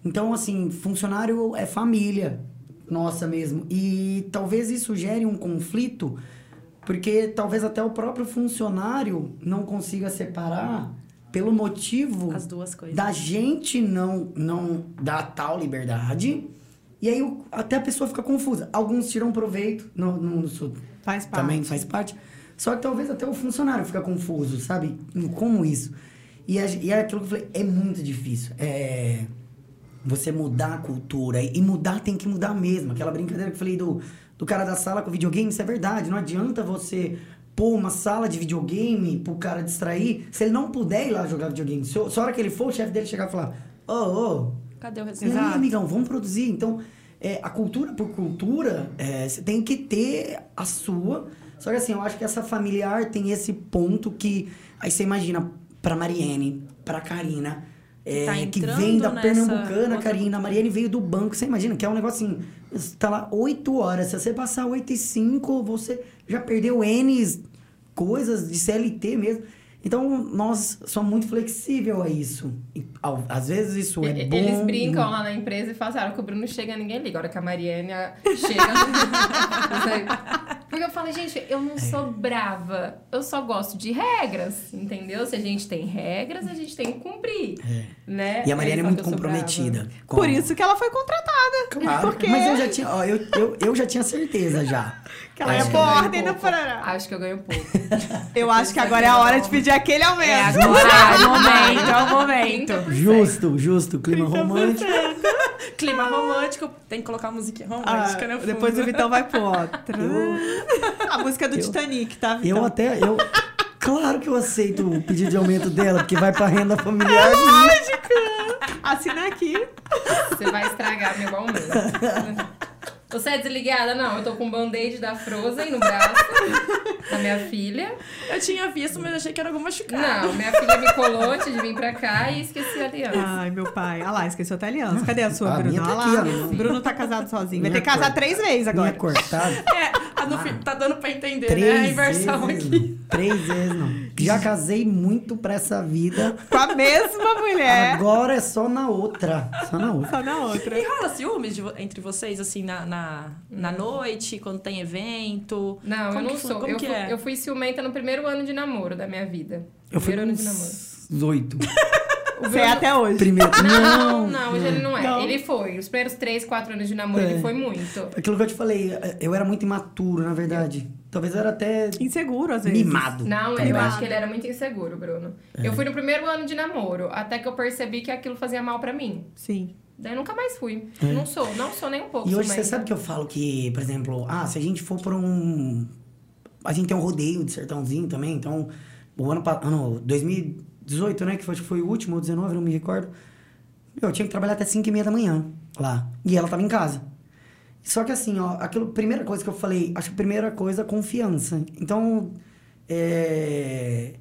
Então, assim, funcionário é família nossa mesmo. E talvez isso gere um conflito, porque talvez até o próprio funcionário não consiga separar pelo motivo As duas coisas. da gente não, não dar tal liberdade. E aí o- até a pessoa fica confusa. Alguns tiram proveito, no, no, no, Faz parte. também faz parte. Só que talvez até o funcionário fica confuso, sabe? Como isso? E é, e é aquilo que eu falei, é muito difícil. É você mudar a cultura. E mudar tem que mudar mesmo. Aquela brincadeira que eu falei do, do cara da sala com videogame, isso é verdade. Não adianta você pôr uma sala de videogame pro cara distrair se ele não puder ir lá jogar videogame. Se, só a hora que ele for, o chefe dele chegar e falar, ô, ô, Cadê o e resultado? aí, Exato. amigão, vamos produzir. Então, é, a cultura por cultura, é, você tem que ter a sua. Só que assim, eu acho que essa familiar tem esse ponto que... Aí você imagina, pra Mariene, pra Karina, é, Tá que entrando vem da nessa Pernambucana, outra Karina, a Mariene veio do banco. Você imagina que é um negócio assim, você tá lá oito horas. Se você passar oito e cinco, você já perdeu N coisas de C L T mesmo. Então, nós somos muito flexíveis a isso. E, ao- às vezes isso é E- bom. Eles brincam e- lá na empresa e falam assim, ah, que o Bruno chega, ninguém liga. A hora que a Mariane a- chega... Porque eu falo, gente, eu não sou brava. Eu só gosto de regras, entendeu? Se a gente tem regras, a gente tem que cumprir. Né? E a Mariana é Eles falam muito que eu sou comprometida. brava. com- Por isso que ela foi contratada. Claro, Porque mas eu já tinha, ó, eu, eu, eu já tinha certeza já. que ela É. ia Acho que pôr eu ganho ordem no pouco. Parará. Acho que eu ganho pouco. Eu acho que agora é a hora de pedir aquele aumento. É agora, é o momento, é o momento. trinta por cento. Justo, justo, clima romântico. Clima romântico, tem que colocar a musiquinha Ah, romântica, né? depois o Vitão vai pôr, ó. A música do Eu- Titanic, tá, Vitão? Eu até, eu... Claro que eu aceito o pedido de aumento dela, porque vai pra renda familiar. Assina aqui. Você vai estragar meu almoço. Você é desligada? Não, eu tô com um band-aid da Frozen no braço, da minha filha. Eu tinha visto, mas achei que era alguma machucado. Não, minha filha me colou antes de vir pra cá e esqueci a aliança. Ai, meu pai. Ah lá, esqueceu até a aliança. Cadê a sua, A Bruno? minha tá Ah lá. aqui, ó, minha- Bruno tá casado sozinho. Vai ter Minha que casar cor- três vezes Minha agora. cortada. É, a do fi- tá dando pra entender, Três né? A inversão vezes, aqui. não. Três vezes não. Já casei muito pra essa vida. Com a mesma mulher. Agora é só na outra. Só na outra. Só na outra. E rola ciúmes de vo- entre vocês, assim, na, na, na noite, quando tem evento? Não, Como eu não que fu- sou. Como Eu que fui, é? eu fui ciumenta no primeiro ano de namoro da minha vida. Eu fui primeiro ano de namoro. uns oito. Você é até hoje. Primeiro. Não, não, hoje ele não é. Não. Ele foi. Os primeiros três, quatro anos de namoro, É. ele foi muito. Aquilo que eu te falei, eu era muito imaturo, na verdade. Talvez eu era até Inseguro, às vezes. mimado. Não, eu Mimado. acho que ele era muito inseguro, Bruno. É. Eu fui no primeiro ano de namoro, até que eu percebi que aquilo fazia mal pra mim. Sim. Daí eu nunca mais fui. Não sou, não sou nem um pouco É. E hoje você ciumenta. sabe que eu falo que, por exemplo, ah, se a gente for pra um. A gente tem um rodeio de sertãozinho também, então. O ano, pa- ano dois mil e dezoito, né? Que foi, acho que foi o último, ou dezenove, não me recordo. Eu tinha que trabalhar até cinco e meia da manhã lá. E ela tava em casa. Só que assim, ó, aquilo, primeira coisa que eu falei, acho que a primeira coisa, confiança. Então, é.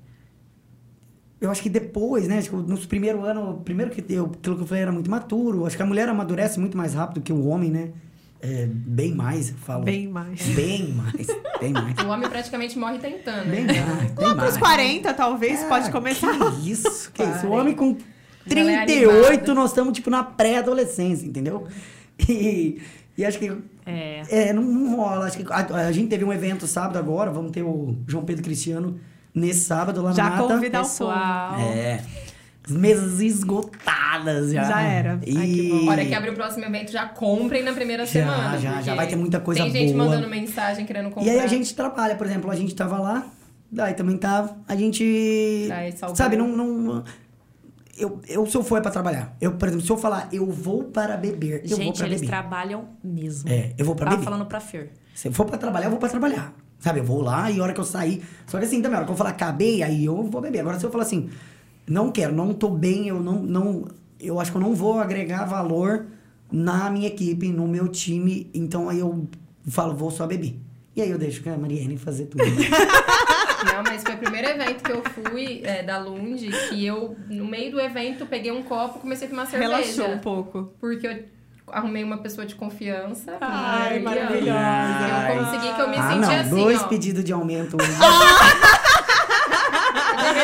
Eu acho que depois, né? Acho que nos primeiros anos, primeiro que eu, aquilo que eu falei era muito maturo. Acho que a mulher amadurece muito mais rápido que o homem, né? É, bem mais, eu falo. Bem mais. Bem mais, bem mais. O homem praticamente morre tentando. Bem né? mais, bem Lá mais. pros quarenta, talvez, Ah, pode começar. Que isso, que isso. O Quarenta. homem com Ela é trinta e oito, animada. nós estamos, tipo, na pré-adolescência, entendeu? E, e acho que... É. É, não, não rola. Acho que a, a gente teve um evento sábado agora, vamos ter o João Pedro Cristiano nesse sábado lá Já na Mata. convidar o povo. Pessoal. É. As mesas esgotadas já. Já era. E... Ai, que bom. Hora que abre o próximo evento, já comprem na primeira Já, semana. já, porque já vai ter muita coisa Tem gente boa. mandando mensagem querendo comprar. E aí a gente trabalha, por exemplo, a gente tava lá, daí também tava, a gente... Daí salvou. sabe, não... não eu, eu, se eu for é pra trabalhar. Eu, por exemplo, se eu falar, eu vou para beber, eu vou Gente, pra eles beber. trabalham mesmo. É, eu vou pra Tava beber. falando pra Fer. Se eu for pra trabalhar, eu vou pra trabalhar. Sabe, eu vou lá e a hora que eu sair... Só que assim, também, a hora que eu falar, acabei, aí eu vou beber. Agora, se eu falar assim, não quero, não tô bem, eu não... não eu acho que eu não vou agregar valor na minha equipe, no meu time. Então, aí eu falo, vou só beber. E aí eu deixo a Mariane fazer tudo. Não, mas foi o primeiro evento que eu fui é, da Lund, que eu, no meio do evento, peguei um copo e comecei a tomar cerveja. Relaxou um pouco. Porque eu arrumei uma pessoa de confiança. Ai, e aí, maravilhosa. ó, Eu consegui que eu me ah, senti não, assim, dois ó. pedidos de aumento. De verdade.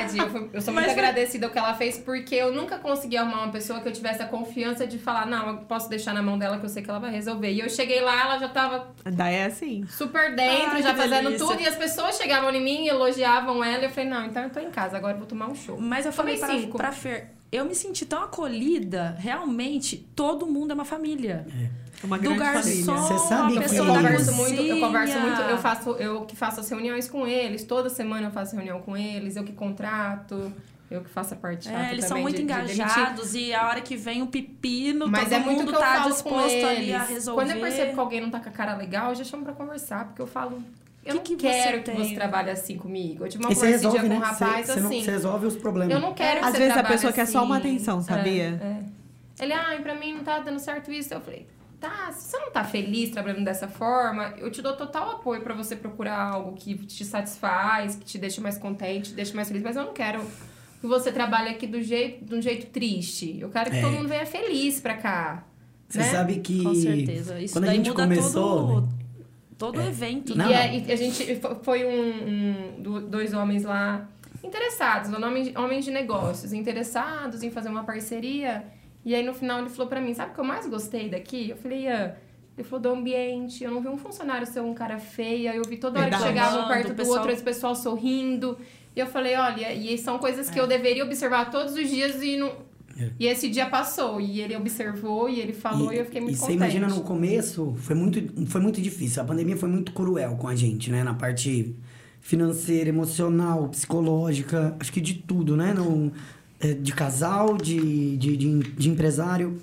verdade, eu, fui- eu sou muito Mas foi- agradecida ao que ela fez, porque eu nunca consegui arrumar uma pessoa que eu tivesse a confiança de falar, não, eu posso deixar na mão dela que eu sei que ela vai resolver. E eu cheguei lá, ela já tava Daí é assim. super dentro, Ai, já que fazendo delícia. tudo. E as pessoas chegavam em mim, elogiavam ela. E eu falei, não, então eu tô em casa, agora eu vou tomar um show. Mas eu falei Tomei pra, cinco. pra Fer, eu me senti tão acolhida, realmente, todo mundo é uma família. Uma Do grande garçom, família. Você sabe a que- pessoa Eu da converso cozinha. muito, eu converso muito, eu faço, eu que faço as reuniões com eles, toda semana eu faço reunião com eles, eu que contrato, eu que faço a parte chata É, eles são também muito de- de demitir. engajados e a hora que vem o pepino, Mas todo é muito mundo que eu tá falo com disposto ali eles. a resolver. Quando eu percebo que alguém não tá com a cara legal, eu já chamo pra conversar, porque eu falo, eu Que não que você quero que tem? você trabalhe assim comigo. Eu tive uma E você conversa esse resolve, dia né? com um rapaz Você, você não- assim. você resolve os problemas. Eu não quero que Às você vezes a trabalhe pessoa quer só uma assim. atenção, sabia? É, é. Ele, ai, pra mim não tá dando certo isso. Eu falei, tá, se você não tá feliz trabalhando dessa forma, eu te dou total apoio pra você procurar algo que te satisfaz, que te deixa mais contente, te deixa mais feliz. Mas eu não quero que você trabalhe aqui do jeito, de um jeito triste. Eu quero que É. todo mundo venha feliz pra cá. Você né? sabe que... Com certeza. Isso quando a daí gente muda começou... todo, né? todo o evento. E, né? Não. e a, e a gente fo- foi um, um- do- dois homens lá interessados, homens, homens de negócios, interessados em fazer uma parceria. E aí no final ele falou pra mim, sabe o que eu mais gostei daqui? Eu falei, Ian, ele falou do ambiente, eu não vi um funcionário ser um cara feio, eu vi toda hora que Verdade. chegavam Amando, perto o do pessoal- outro, esse pessoal sorrindo. E eu falei, olha, e são coisas que eu deveria observar todos os dias e não... É. E esse dia passou, e ele observou, e ele falou, e, eu fiquei muito e você contente. imagina, no começo, foi muito, foi muito difícil. A pandemia foi muito cruel com a gente, né? Na parte financeira, emocional, psicológica, acho que de tudo, né? No, é, de casal, de, de, de, de empresário.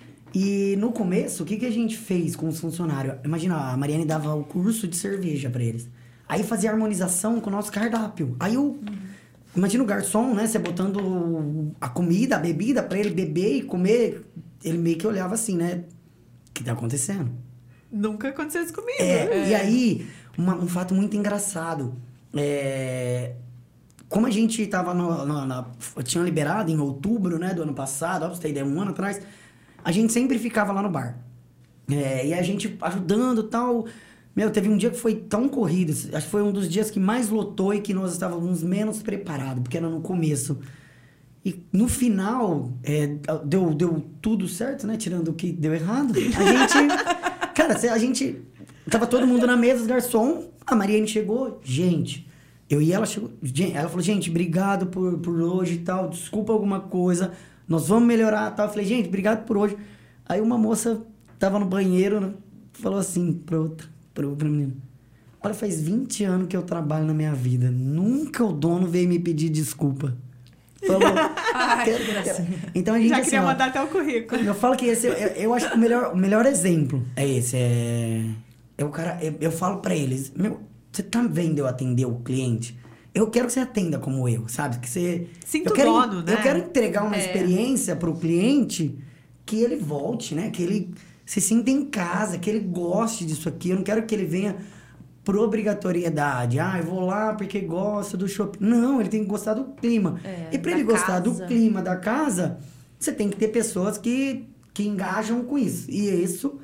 E no começo, o que, que a gente fez com os funcionários? Imagina, a Mariane dava o curso de cerveja pra eles. Aí fazia harmonização com o nosso cardápio. Aí eu... Imagina o garçom, né? Você botando a comida, a bebida pra ele beber e comer. Ele meio que olhava assim, né? O que tá acontecendo? Nunca aconteceu isso comigo. É, e aí, uma- um fato muito engraçado. É, como a gente tava no, no- na... Tinha liberado em outubro, né? Do ano passado, ó, pra você ter ideia, um ano atrás. A gente sempre ficava lá no bar. É, e a gente ajudando e tal... Meu, teve um dia que foi tão corrido. Acho que foi um dos dias que mais lotou e que nós estávamos menos preparados, porque era no começo. E no final, é, deu, deu tudo certo, né? Tirando o que deu errado. A gente... Cara, a gente... Tava todo mundo na mesa, os garçom. A Mariane chegou. Gente, eu e ela chegou... gente, Ela falou, gente, obrigado por, por hoje e tal. Desculpa alguma coisa. Nós vamos melhorar e tal. Eu falei, gente, obrigado por hoje. Aí uma moça tava no banheiro, né, falou assim pra outra... Pra menina. Olha, faz vinte anos que eu trabalho na minha vida. Nunca o dono veio me pedir desculpa. Falou. Ai, Quero- que gracinha. Então a gente Já assim, queria ó, mandar até o currículo. eu falo que esse, eu, eu acho que o melhor, o melhor exemplo é esse. É, é o cara, eu, eu falo pra eles, meu, você tá vendo eu atender o cliente? Eu quero que você atenda como eu, sabe? Que você. Sinta eu o quero, dono, né? Eu quero entregar uma É. experiência pro cliente que ele volte, né? Que ele se sinta em casa, que ele goste disso aqui. Eu não quero que ele venha por obrigatoriedade. Ah, eu vou lá porque gosto do shopping. Não, ele tem que gostar do clima. É, e pra da ele gostar do casa. clima da casa, você tem que ter pessoas que, que engajam com isso. E isso,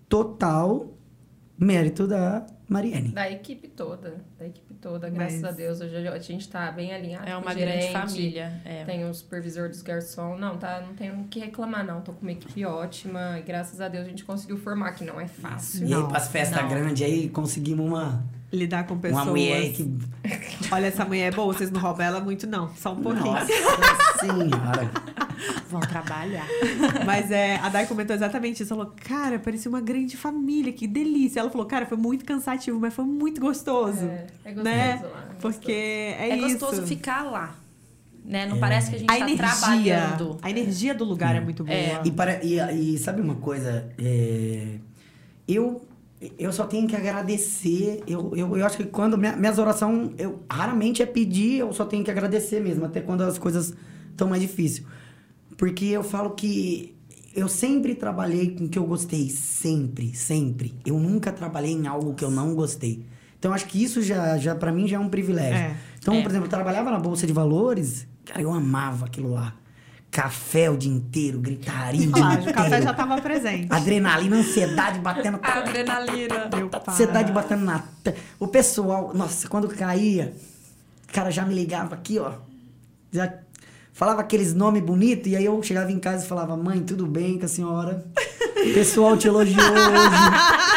total mérito da Mariane. Da equipe toda, da equipe toda, Mas- graças a Deus. Hoje a gente tá bem alinhado É com uma o grande gerente, família. É. Tem o supervisor dos garçons. Não, tá, não tenho o que reclamar, não. Tô com uma equipe ótima. E graças a Deus a gente conseguiu formar, que não é fácil. E aí, Não, pras festas não. grandes aí, conseguimos uma, Lidar com pessoas. uma mulher que... Olha, essa mulher é boa, vocês não roubam ela muito, não. Só um pouquinho. Nossa senhora. Vão trabalhar. Mas é, a Dai comentou exatamente isso. Ela falou, cara, parecia uma grande família, que delícia. Ela falou, cara, foi muito cansativo, mas foi muito gostoso. É, é gostoso né? lá. é Porque é, É, isso. gostoso ficar lá. Né? Não parece que a gente A tá energia, trabalhando. a energia do lugar é, muito boa. É. E, para, e, e sabe uma coisa? É, eu, eu só tenho que agradecer. Eu, eu, eu acho que quando... Minha, minhas orações, eu raramente é pedir, eu só tenho que agradecer mesmo. Até quando as coisas estão mais difíceis. Porque eu falo que eu sempre trabalhei com o que eu gostei. Sempre, sempre. Eu nunca trabalhei em algo que eu não gostei. Então, acho que isso já, já para mim, já é um privilégio. É. Então, É. por exemplo, eu trabalhava na Bolsa de Valores. Cara, eu amava aquilo lá. Café o dia inteiro, gritaria o dia Olha lá, inteiro. o café já tava presente. Adrenalina, ansiedade batendo... Adrenalina. Meu pai. Ansiedade batendo na... te- O pessoal... Nossa, quando caía... O cara já me ligava aqui, ó. já falava aqueles nomes bonitos, e aí eu chegava em casa e falava, mãe, tudo bem com a senhora? O pessoal te elogiou hoje.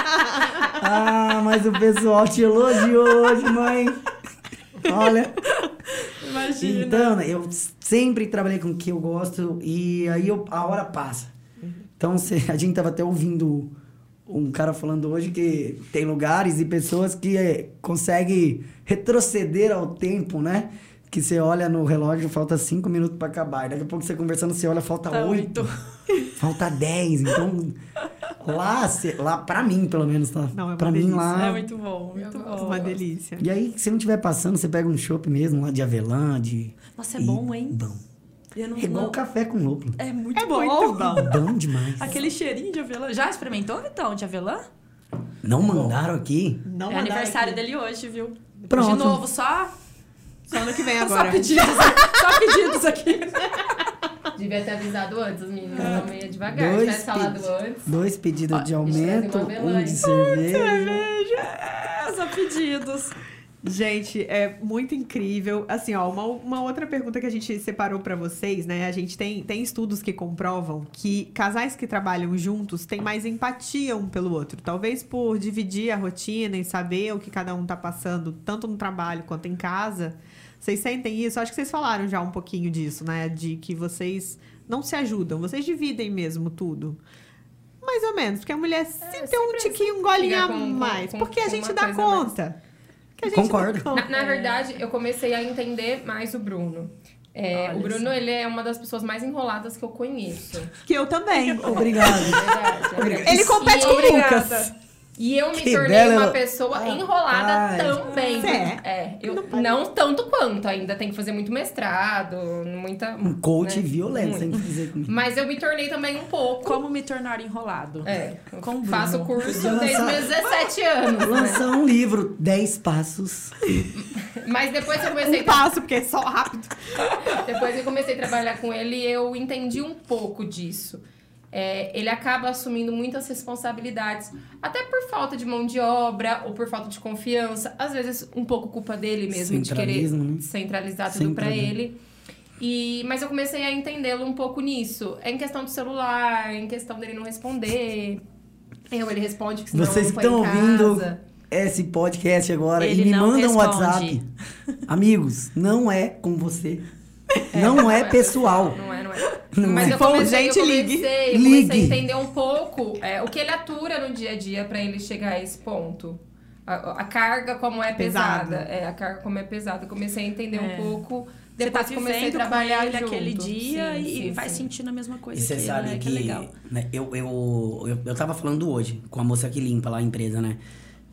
Ah, mas o pessoal te elogiou hoje, mãe. Olha. Imagina. Então, né, eu sempre trabalhei com o que eu gosto e aí eu, a hora passa. Então, cê, a gente tava até ouvindo um cara falando hoje que tem lugares e pessoas que é, conseguem retroceder ao tempo, né? Que você olha no relógio, falta cinco minutos para acabar. E daqui a pouco você conversando, você olha, falta Tá oito. Falta dez. Então, lá, cê, lá pra mim, pelo menos, tá? Não, é uma pra mim, delícia. lá... É muito bom, muito Eu bom. gosto. Uma delícia. E aí, se não estiver passando, você pega um chopp mesmo, lá de avelã, de... Nossa, é e- bom, hein? Bom. Eu não, É igual não- café com lúpulo. É muito É bom. muito bom. Bom demais. Aquele cheirinho de avelã. Já experimentou, Vitão, de avelã? Não mandaram aqui? Não é mandaram aniversário aqui. dele hoje, viu? Pronto. De novo, só, Só ano que vem só agora. pedidos, só pedidos aqui. Devia ter avisado antes, as meninas. Ela meio devagar. Se Dois tivesse falado pedi- antes. Dois pedidos de eles aumento, trazem uma um avelã, de hein? cerveja. Cerveja. É, só pedidos. Gente, é muito incrível. Assim, ó, uma, uma outra pergunta que a gente separou pra vocês, né? A gente tem, tem estudos que comprovam que casais que trabalham juntos têm mais empatia um pelo outro. Talvez por dividir a rotina e saber o que cada um tá passando, tanto no trabalho quanto em casa. Vocês sentem isso? Acho que vocês falaram já um pouquinho disso, né? De que vocês não se ajudam, vocês dividem mesmo tudo. Mais ou menos, porque a mulher sempre tem um sempre tiquinho, um fica golinho a com- com- mais. com- porque a com gente uma dá coisa a mais. conta. Que a gente Concordo. dá conta. Na, na verdade, eu comecei a entender mais o Bruno. É, Olha o Bruno, só. ele é uma das pessoas mais enroladas que eu conheço. Que eu também. Obrigado. É verdade, é verdade. Ele compete E com o eu- Lucas. E eu me Que tornei bela uma ela- pessoa Ah, enrolada ai. também. É. É, eu não tanto quanto, ainda tem que fazer muito mestrado, muita... Um coach né? violento, tem Muito. que dizer comigo. Mas eu me tornei também um pouco. Como me tornar enrolado? É, eu Com o faço Bruno. curso Podia desde lançar- meus dezessete anos, né? Lançar um livro, dez passos. Mas depois que eu comecei Um passo, porque é só rápido. Depois que eu comecei a trabalhar com ele, eu entendi um pouco disso. É, ele acaba assumindo muitas responsabilidades, até por falta de mão de obra ou por falta de confiança. Às vezes, um pouco culpa dele mesmo, de querer Centralismo, né? centralizar tudo pra Centralismo. ele. E, mas eu comecei a entendê-lo um pouco nisso. É em questão do celular, em questão dele não responder. Eu, ele responde que senão Vocês eu não que tô estão em ouvindo casa. esse podcast agora Ele e me não mandam um responde. WhatsApp. Amigos, não é com você. Não é pessoal. Não é, não é. Não Mas é. eu For comecei, gente, eu comecei, ligue. eu comecei Ligue. a entender um pouco é, o que ele atura no dia a dia pra ele chegar a esse ponto. A, a carga como é pesada. Pesada. É, a carga como é pesada. Eu comecei a entender É. um pouco. Você tá Depois que comecei a vivendo trabalhar com ele junto. aquele dia Sim, e, sim, e vai sim. sentindo a mesma E coisa você que sabe ele, né? que, que é legal. né, eu, eu, eu, eu tava falando hoje com a moça que limpa lá a empresa, né?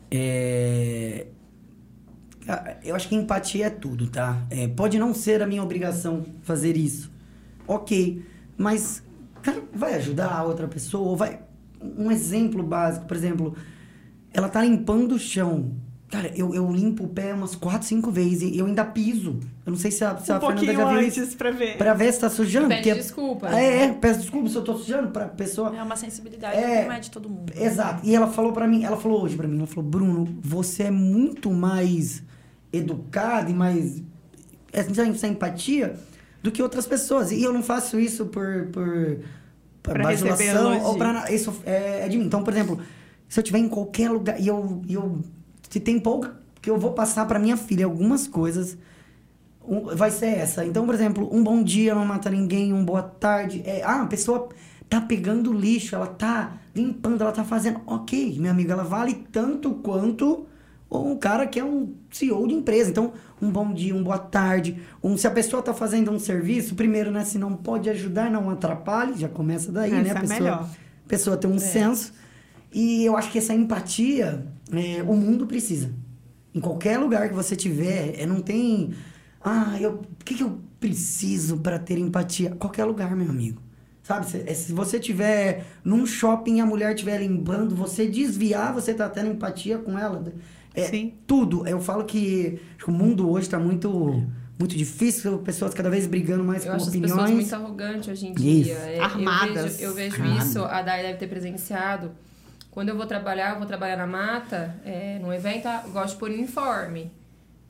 É... cara, eu acho que empatia é tudo, tá? É, pode não ser a minha obrigação fazer isso. Ok, mas, cara, vai ajudar a outra pessoa? Vai... Um exemplo básico, por exemplo, ela tá limpando o chão. Cara, eu, eu limpo o pé umas quatro, cinco vezes e eu ainda piso. Eu não sei se a, se a Um Fernanda pouquinho já viu isso. antes pra ver. Pra ver se tá sujando. Pede porque- desculpa. É, é, peço desculpa se eu tô sujando pra pessoa. É uma sensibilidade É. que não é de todo mundo. Exato. E ela falou pra mim, ela falou hoje pra mim, ela falou, Bruno, você é muito mais educado e mais essa, essa empatia do que outras pessoas. E eu não faço isso por, por, por Pra receber bajulação elogio. ou pra na- isso é, é de mim. Então, por exemplo, se eu estiver em qualquer lugar e eu, e eu se tem pouco que eu vou passar pra minha filha algumas coisas, um- vai ser essa. Então, por exemplo, um bom dia não mata ninguém, um boa tarde. É, ah, a pessoa tá pegando lixo, ela tá limpando, ela tá fazendo. Ok, minha amiga, ela vale tanto quanto um cara que é um C E O de empresa. Então, um bom dia, um boa tarde. Um, se a pessoa tá fazendo um serviço, primeiro, né? Se não pode ajudar, não atrapalhe, já começa daí, Essa né? é A a pessoa, melhor. a pessoa tem um senso. E eu acho que essa empatia, é, o mundo precisa. Em qualquer lugar que você tiver, é, não tem... Ah, eu, o que, que eu preciso para ter empatia? Qualquer lugar, meu amigo. Sabe? Se, é, se você tiver num shopping e a mulher estiver limpando, você desviar, você tá tendo empatia com ela. É, Sim. Tudo. Eu falo que, acho que o mundo hoje tá muito, muito difícil, pessoas cada vez brigando mais Eu com acho as opiniões. pessoas muito arrogantes hoje em dia. Isso. É, Armadas. Eu vejo, eu vejo Armadas. isso, a Dai deve ter presenciado. Quando eu vou trabalhar, eu vou trabalhar na mata, é, num evento, eu gosto de pôr uniforme.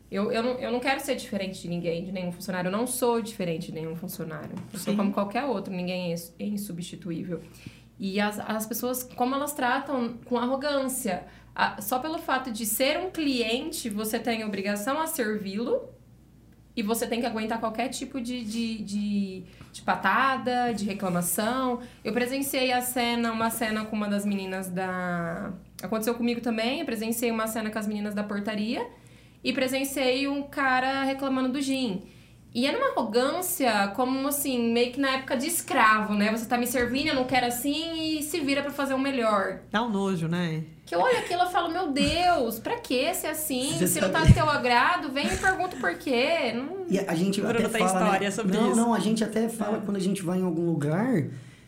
Eu, eu, não, eu não quero ser diferente de ninguém, de nenhum funcionário. Eu não sou diferente de nenhum funcionário. Eu sou Sim. como qualquer outro, ninguém é insubstituível. E as, as pessoas, como elas tratam com arrogância. A, só pelo fato de ser um cliente, você tem obrigação a servi-lo e você tem que aguentar qualquer tipo de, de, de, de patada, de reclamação. Eu presenciei a cena, uma cena com uma das meninas da... Aconteceu comigo também, eu presenciei uma cena com as meninas da portaria e presenciei um cara reclamando do gin. E é numa arrogância, como assim, meio que na época de escravo, né? Você tá me servindo, eu não quero assim, e se vira pra fazer o melhor. Dá um nojo, né? Que eu olho aquilo e falo, meu Deus, pra que ser assim? Você se não tá sabe- do teu agrado, vem e pergunta por quê. Não... E a gente Bruno até tem fala, história né? sobre não, isso. Não, a gente até fala quando a gente vai em algum lugar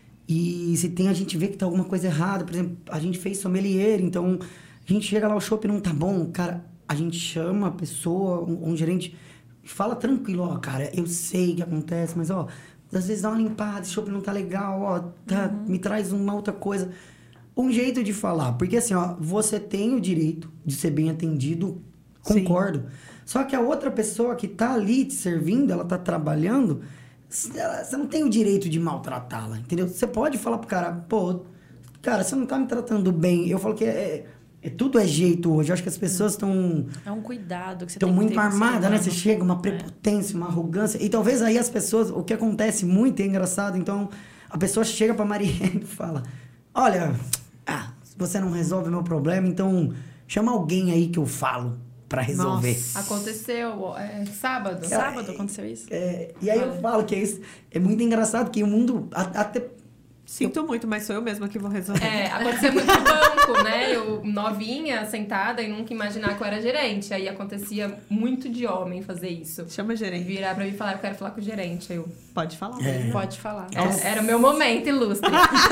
e se tem, a gente vê que tá alguma coisa errada. Por exemplo, a gente fez sommelier, então a gente chega lá, o chopp não tá bom. Cara, a gente chama a pessoa, um, um gerente, fala tranquilo, ó, cara, eu sei que acontece, mas ó, às vezes dá uma limpada, esse chopp não tá legal, ó, tá, Uhum. me traz uma outra coisa. Um jeito de falar, porque assim, ó, você tem o direito de ser bem atendido, Sim. concordo. Só que a outra pessoa que tá ali te servindo, ela tá trabalhando, ela- você não tem o direito de maltratá-la, entendeu? Você pode falar pro cara, pô, cara, você não tá me tratando bem. Eu falo que é, é- tudo é jeito hoje. Eu acho que as pessoas estão É um cuidado que você estão tem que muito ter com o ser armadas, né? humano. Você chega, uma prepotência, uma arrogância. E talvez aí as pessoas, o que acontece muito é engraçado, então a pessoa chega pra Marielle e fala, olha, ah, se você não resolve o meu problema, então chama alguém aí que eu falo pra resolver. Nossa. Aconteceu é, sábado. Sábado aconteceu isso? É, e aí eu falo que é, isso, é muito engraçado que o mundo a- até Sinto muito, mas sou eu mesma que vou resolver. É, acontecia muito no banco, né? Eu novinha, sentada e nunca imaginar que eu era gerente. Aí acontecia muito de homem fazer isso. Chama gerente. Virar pra mim e falar, eu quero falar com o gerente. Aí eu, Pode falar. É. Pode falar. era, era o meu momento ilustre.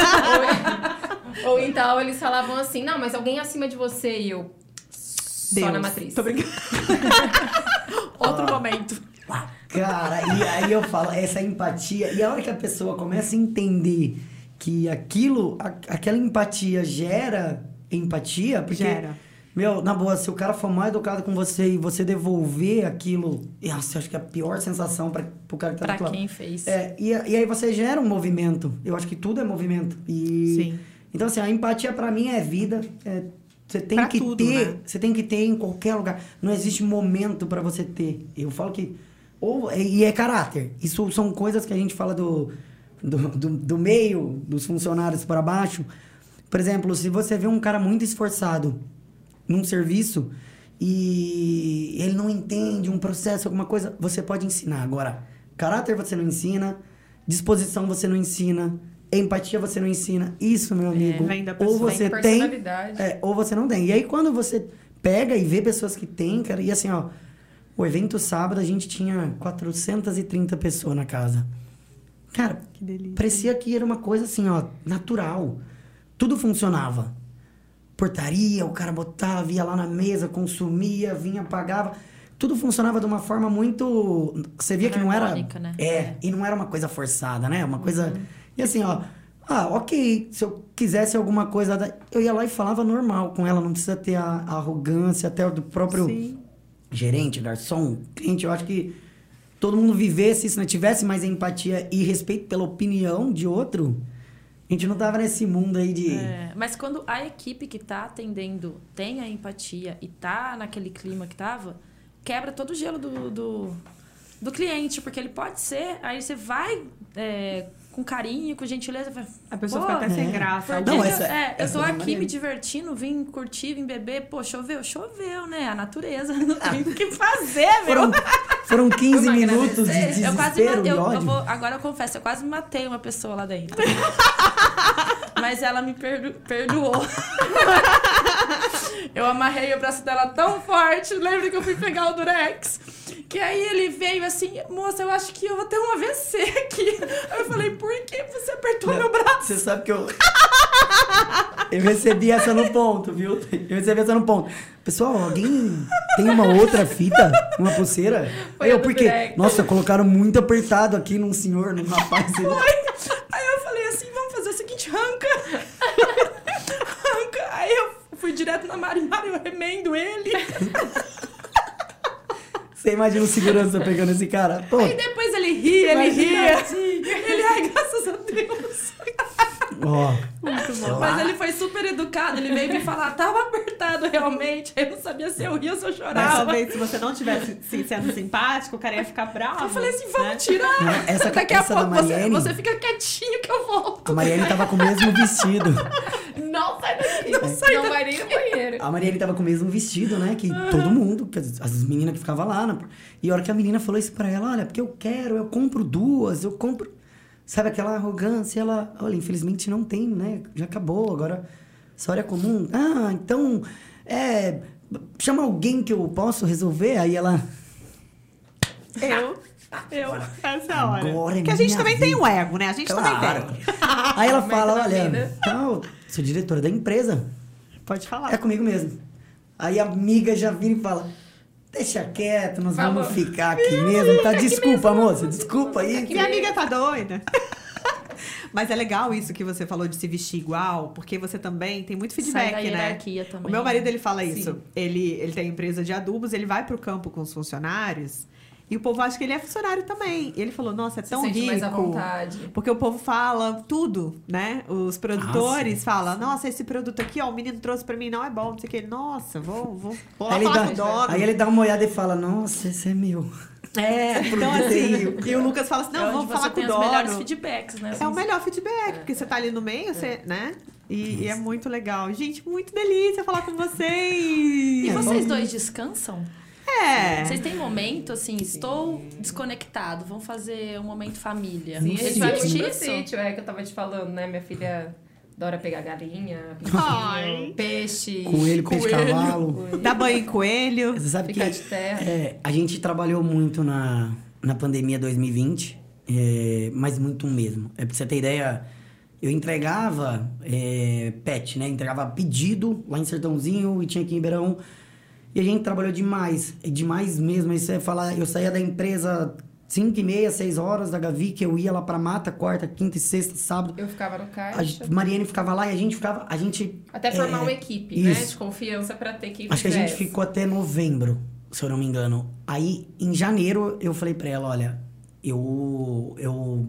ou, ou então eles falavam assim, não, mas alguém acima de você e eu... Só Deus. na matriz. Tô brincando. Outro momento. Cara, e aí eu falo, essa empatia, e a hora que a pessoa começa a entender que aquilo, a- aquela empatia gera empatia, porque, Gera. meu, na boa, se o cara for mal educado com você e você devolver aquilo, nossa, eu acho que é a pior sensação para pro cara que tá do Pra outro lado. quem fez. É, e, e aí você gera um movimento. Eu acho que tudo é movimento. E, Sim. Então, assim, a empatia pra mim é vida. É, você tem Pra que tudo, ter, né? você tem que ter em qualquer lugar. Não existe momento pra você ter. Eu falo que ou e é caráter. Isso são coisas que a gente fala do do, do, do meio dos funcionários para baixo. Por exemplo, se você vê um cara muito esforçado num serviço e ele não entende um processo, alguma coisa, você pode ensinar. Agora, caráter você não ensina, disposição você não ensina, empatia você não ensina. Isso, meu amigo, vem da ou pessoa. você Vem tem, personalidade. é, ou você não tem. E aí, quando você pega e vê pessoas que têm, cara, e assim, ó, o evento sábado a gente tinha quatrocentas e trinta pessoas na casa. Cara, Que delícia. parecia que era uma coisa assim, ó, natural. Tudo funcionava. Portaria, o cara botava, ia lá na mesa, consumia, vinha, pagava. Tudo funcionava de uma forma muito... Você via que não era... Harmônica, né? É, e não era uma coisa forçada, né? Uma coisa... E assim, ó... Ah, ok, se eu quisesse alguma coisa... da- Eu ia lá e falava normal com ela. Não precisa ter a, a arrogância até do próprio Sim. gerente, garçom, cliente. Eu acho que todo mundo vivesse isso, né? Tivesse mais empatia e respeito pela opinião de outro... A gente não tava nesse mundo aí de... É, mas quando a equipe que tá atendendo tem a empatia e tá naquele clima que tava, quebra todo o gelo do, do, do cliente, porque ele pode ser, aí você vai é, com carinho, com gentileza, fala, A pessoa pô, fica até sem é. graça. porque Não, eu- essa- é, eu essa tô é a aqui maneira. me divertindo, vim curtir, vim beber, pô, choveu, choveu, né? A natureza não tem o que fazer, meu. Foram, foram quinze Vamos minutos de agradecer. Eu quase desespero matei, e eu, eu ódio. vou, agora eu confesso, eu quase matei uma pessoa lá dentro. Mas ela me perdo, perdoou. Eu amarrei o braço dela tão forte. Lembra que eu fui pegar o Durex? Que aí ele veio assim, moça, eu acho que eu vou ter um A V C aqui. Aí eu falei, por que você apertou meu braço? Você sabe que eu... Eu recebi essa no ponto, viu? Eu recebi essa no ponto. Pessoal, alguém tem uma outra fita? Uma pulseira? Foi Aí eu, a do porque... Durex. Nossa, colocaram muito apertado aqui num senhor, num rapaz. Ele... Foi. Aí eu falei assim, vamos fazer o seguinte, arranca. Arranca. Aí eu fui direto na Mari, Mari, eu remendo ele. Você imagina o segurança pegando esse cara? Pô, Aí depois ele ria, ele ria. Imagina. Ele, ai, graças a Deus. ó. Muito bom. Mas ele foi super educado, ele veio me falar, tava apertado realmente. Eu não sabia se eu ria ou se eu Mas chorava. talvez se você não tivesse se- sendo simpático, o cara ia ficar bravo. Eu falei assim, vamos né? tirar. Não, essa- Daqui a essa da pouco você, Mariane- você fica quietinho que eu volto. A Mariane tava com o mesmo vestido. Não sai daqui. Não, sai não vai nem no banheiro. A Mariane tava com o mesmo vestido, né? Que todo mundo, que as, as meninas que ficavam lá. Né? E a hora que a menina falou isso pra ela, olha, porque eu quero, eu compro duas, eu compro... Sabe aquela arrogância, ela... Olha, infelizmente não tem, né? Já acabou, agora história comum. Ah, então, é... Chama alguém que eu posso resolver? Aí ela... Eu. Eu. Essa é a hora. Agora é Porque a gente minha também vida. tem um ego, né? A gente também Claro. tem. Aí ela Momento fala, da olha, vida. tal, sou diretora da empresa, Pode falar. é comigo mesmo. Aí a amiga já vira e fala, deixa quieto, nós vamos Vamos. ficar aqui mesmo, tá? Desculpa, moça, desculpa aí. Minha amiga tá doida. Mas é legal isso que você falou de se vestir igual, porque você também tem muito Sai feedback, da né? hierarquia também. O meu marido, ele fala Sim. isso. Ele, ele tem empresa de adubos, ele vai pro campo com os funcionários e o povo acha que ele é funcionário também. E ele falou, nossa, é Se tão sente rico. mais à vontade. Porque o povo fala tudo, né? Os produtores falam, nossa, esse produto aqui, ó, o menino trouxe pra mim, não é bom, não sei o que. Ele, nossa, vou, vou, vou lá Aí ele, falar com o dá, dono. aí ele dá uma olhada e fala, nossa, esse é meu. É, então assim, e o Lucas fala assim, não, É onde vamos você falar com tem o os dono. melhores feedbacks, né? É o melhor feedback, porque você tá ali no meio, você, né? E, e é muito legal. Gente, muito delícia falar com vocês. E É, vocês vamos- dois descansam? É. Vocês têm momento, assim, estou desconectado, vamos fazer um momento família. Sim, a gente vai muito Existe pro isso? sítio, é que eu tava te falando, né? Minha filha adora pegar galinha, Ai. pintinho, peixe, Coelho, peixe, cavalo. Dá banho em coelho. Você sabe que ficar de terra. é, a gente trabalhou muito na, na pandemia dois mil e vinte, é, mas muito mesmo. É, pra você ter ideia, eu entregava é, pet, né? Entregava pedido lá em Sertãozinho e tinha aqui em Ribeirão. E a gente trabalhou demais, e demais mesmo. Isso é falar, eu saía da empresa cinco e meia, seis horas da Gavi, que eu ia lá pra mata, quarta, quinta e sexta, sábado. Eu ficava no A caixa. gente- Mariane ficava lá e a gente ficava... A gente, Até formar é, uma equipe, né? isso. De confiança pra ter que Acho que a gente ficou até novembro, se eu não me engano. Aí, em janeiro, eu falei pra ela, olha, eu... eu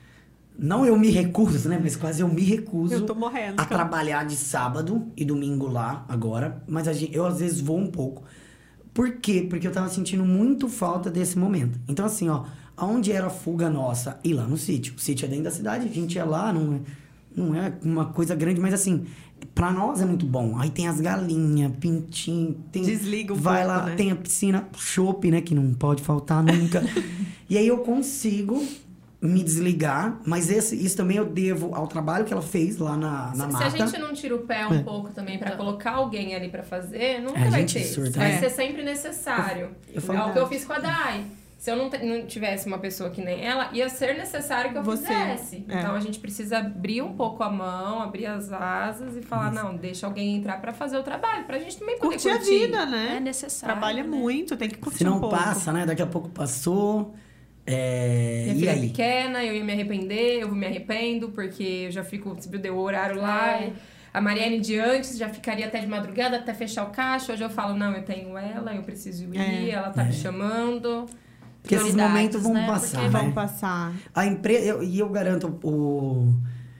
não eu me recuso, né? Mas quase eu me recuso Eu tô morrendo. a cara. trabalhar de sábado e domingo lá, agora. Mas a gente, eu, às vezes, vou um pouco. Por quê? Porque eu tava sentindo muito falta desse momento. Então, assim, ó... Aonde era a fuga nossa? Ir lá no sítio. O sítio é dentro da cidade, a gente ia lá, não é, não é uma coisa grande, mas assim, pra nós é muito bom. Aí tem as galinhas, pintinho, tem... Desliga um Vai pouco, lá, né? tem a piscina, chopp, né? Que não pode faltar nunca. E aí eu consigo me desligar, mas esse, isso também eu devo ao trabalho que ela fez lá na, na Se, se mata. a gente não tira o pé um É. pouco também pra colocar alguém ali pra fazer, nunca É, a vai gente ter. surta, vai né? ser sempre necessário. Eu- eu falo- é o que eu fiz com a Dai. Se eu não, te- não tivesse uma pessoa que nem ela, ia ser necessário que eu Você, fizesse. é. Então a gente precisa abrir um pouco a mão, abrir as asas e falar, não, deixa alguém entrar pra fazer o trabalho, pra gente também poder Curtir a curtir. vida, né? É necessário, Trabalha né? muito, tem que curtir Se não um pouco. passa, né? Daqui a pouco passou. É... Minha E filha é aí? pequena, eu ia me arrepender, eu me arrependo, porque eu já fico, se deu o horário lá. É. A Mariane de antes já ficaria até de madrugada, até fechar o caixa. Hoje eu falo, não, eu tenho ela, eu preciso ir, É. ela tá me chamando. Porque esses Prioridades, momentos vão né? passar, Porque né? Vamos passar. A empresa, eu- e eu garanto, o,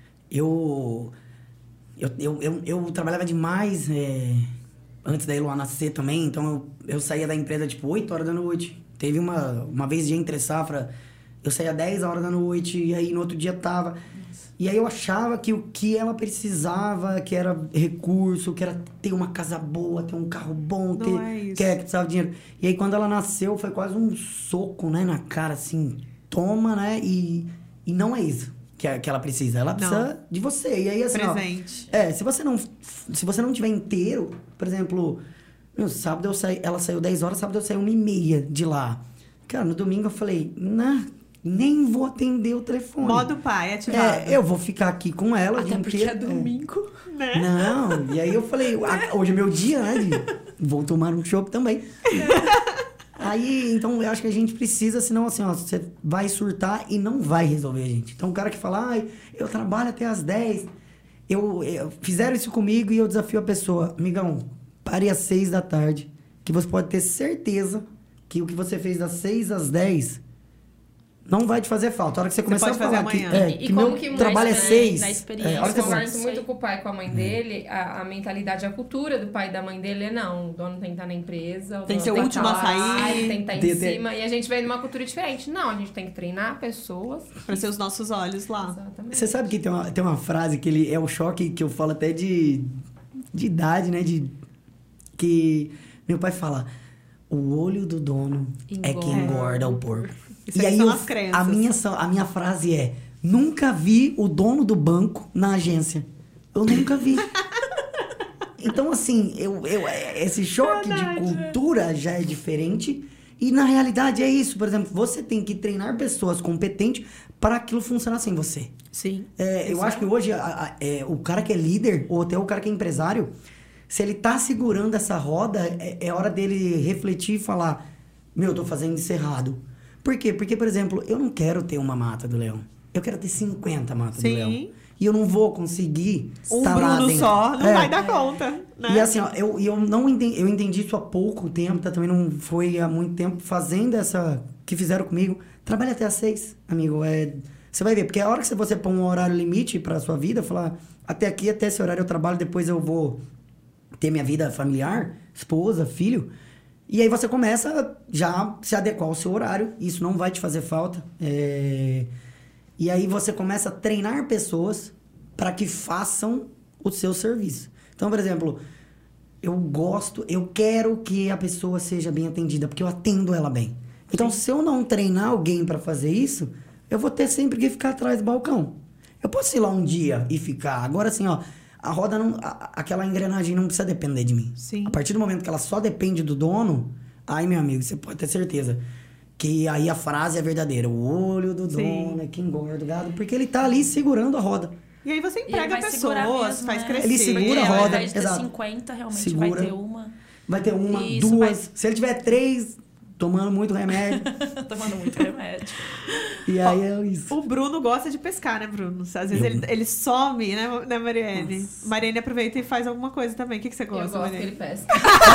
eu, eu, eu, eu, eu trabalhava demais é, antes da Eloá nascer também, então eu, eu saía da empresa tipo oito horas da noite. Teve uma, uma vez de entre safra, eu saía dez horas da noite, e aí no outro dia tava. E aí eu achava que o que ela precisava, que era recurso, que era ter uma casa boa, ter um carro bom, Não ter, é isso. que, é, que precisava de dinheiro. E aí quando ela nasceu, foi quase um soco, né, na cara, assim, toma, né, e, e não é isso que, a- que ela precisa. Ela precisa de você. E aí, assim, ó, Presente. é, se você não, se você não tiver inteiro, por exemplo, meu, sábado eu saí, ela saiu dez horas, sábado eu saí uma e meia de lá. Cara, no domingo eu falei, nah, nem vou atender o telefone. Modo pai, ativado. É, eu vou ficar aqui com ela o Até dia porque inteiro. é domingo. Né? Não, e aí eu falei, "Ah, hoje é meu dia, né? De, vou tomar um chopp também. Aí, então, eu acho que a gente precisa, senão, assim, ó, você vai surtar e não vai resolver, gente. Então, o cara que fala, ai, eu trabalho até às dez, eu, eu- fizeram isso comigo e eu desafio a pessoa, amigão, pare às seis da tarde, que você pode ter certeza que o que você fez das seis às dez não vai te fazer falta. A hora que você começar a pode fazer falar que, amanhã. é, E que como meu que trabalho é muda, né? seis... Na experiência. é, a hora que Eu você converso fala, muito com o pai e com a mãe dele, a, a mentalidade, a cultura do pai e da mãe dele é não, o dono tem que estar na empresa, o Tem que dono ser o último a estar lá, sair. ele tem que estar em Tem- tem- cima, e a gente vem numa cultura diferente. Não, a gente tem que treinar pessoas. Pra ser os nossos olhos lá. Exatamente. você sabe que tem uma, tem uma frase que ele é o choque que eu falo até de, de idade, né? De, que meu pai fala, o olho do dono é que Engorda. engorda o porco. Isso E aí aí são eu- as crenças. a, minha, são- a minha frase é, nunca vi o dono do banco na agência. Eu nunca vi. Então, assim, eu, eu, esse choque de cultura já é diferente. E, na realidade, é isso. Por exemplo, você tem que treinar pessoas competentes para aquilo funcionar sem você. Sim. É, eu acho que hoje a- a- é, o cara que é líder, ou até o cara que é empresário, se ele tá segurando essa roda, é, é hora dele refletir e falar: meu, eu tô fazendo isso errado. Por quê? Porque, por exemplo, eu não quero ter uma mata do leão. Eu quero ter cinquenta matas Sim. do leão. E eu não vou conseguir Um estar lá Bruno dentro. só não É. vai dar conta, né? E assim, ó, eu, eu não entendi, eu entendi isso há pouco tempo, tá? Também não foi há muito tempo fazendo essa que fizeram comigo. Trabalha até às seis, amigo. É, você vai ver, porque a hora que você põe um horário limite pra sua vida, falar, até aqui, até esse horário eu trabalho, depois eu vou ter minha vida familiar, esposa, filho. E aí você começa a já se adequar ao seu horário, isso não vai te fazer falta. É... E aí você começa a treinar pessoas para que façam o seu serviço. Então, por exemplo, eu gosto, eu quero que a pessoa seja bem atendida, porque eu atendo ela bem. Então, se eu não treinar alguém para fazer isso, eu vou ter sempre que ficar atrás do balcão. Eu posso ir lá um dia e ficar. Agora, assim, ó, a roda não. a- aquela engrenagem não precisa depender de mim. Sim. A partir do momento que ela só depende do dono, aí, meu amigo, você pode ter certeza que aí a frase é verdadeira. O olho do Sim. dono é que engorda o gado, porque ele tá ali segurando a roda. E aí você E ele emprega vai segurar pessoas, mesmo, faz né? crescer. Ele segura Porque a ao roda, invés de ter exato. cinquenta, realmente Segura. vai ter uma. Vai ter uma, Isso, duas. vai- Se ele tiver três, tomando muito remédio. Tomando muito remédio. E aí é isso. O Bruno gosta de pescar, né, Bruno? Às vezes Eu- ele, ele some, né, né Mariane? Mariane aproveita e faz alguma coisa também. O que, que você Eu gosta, gosto que Mariane? ele pesca.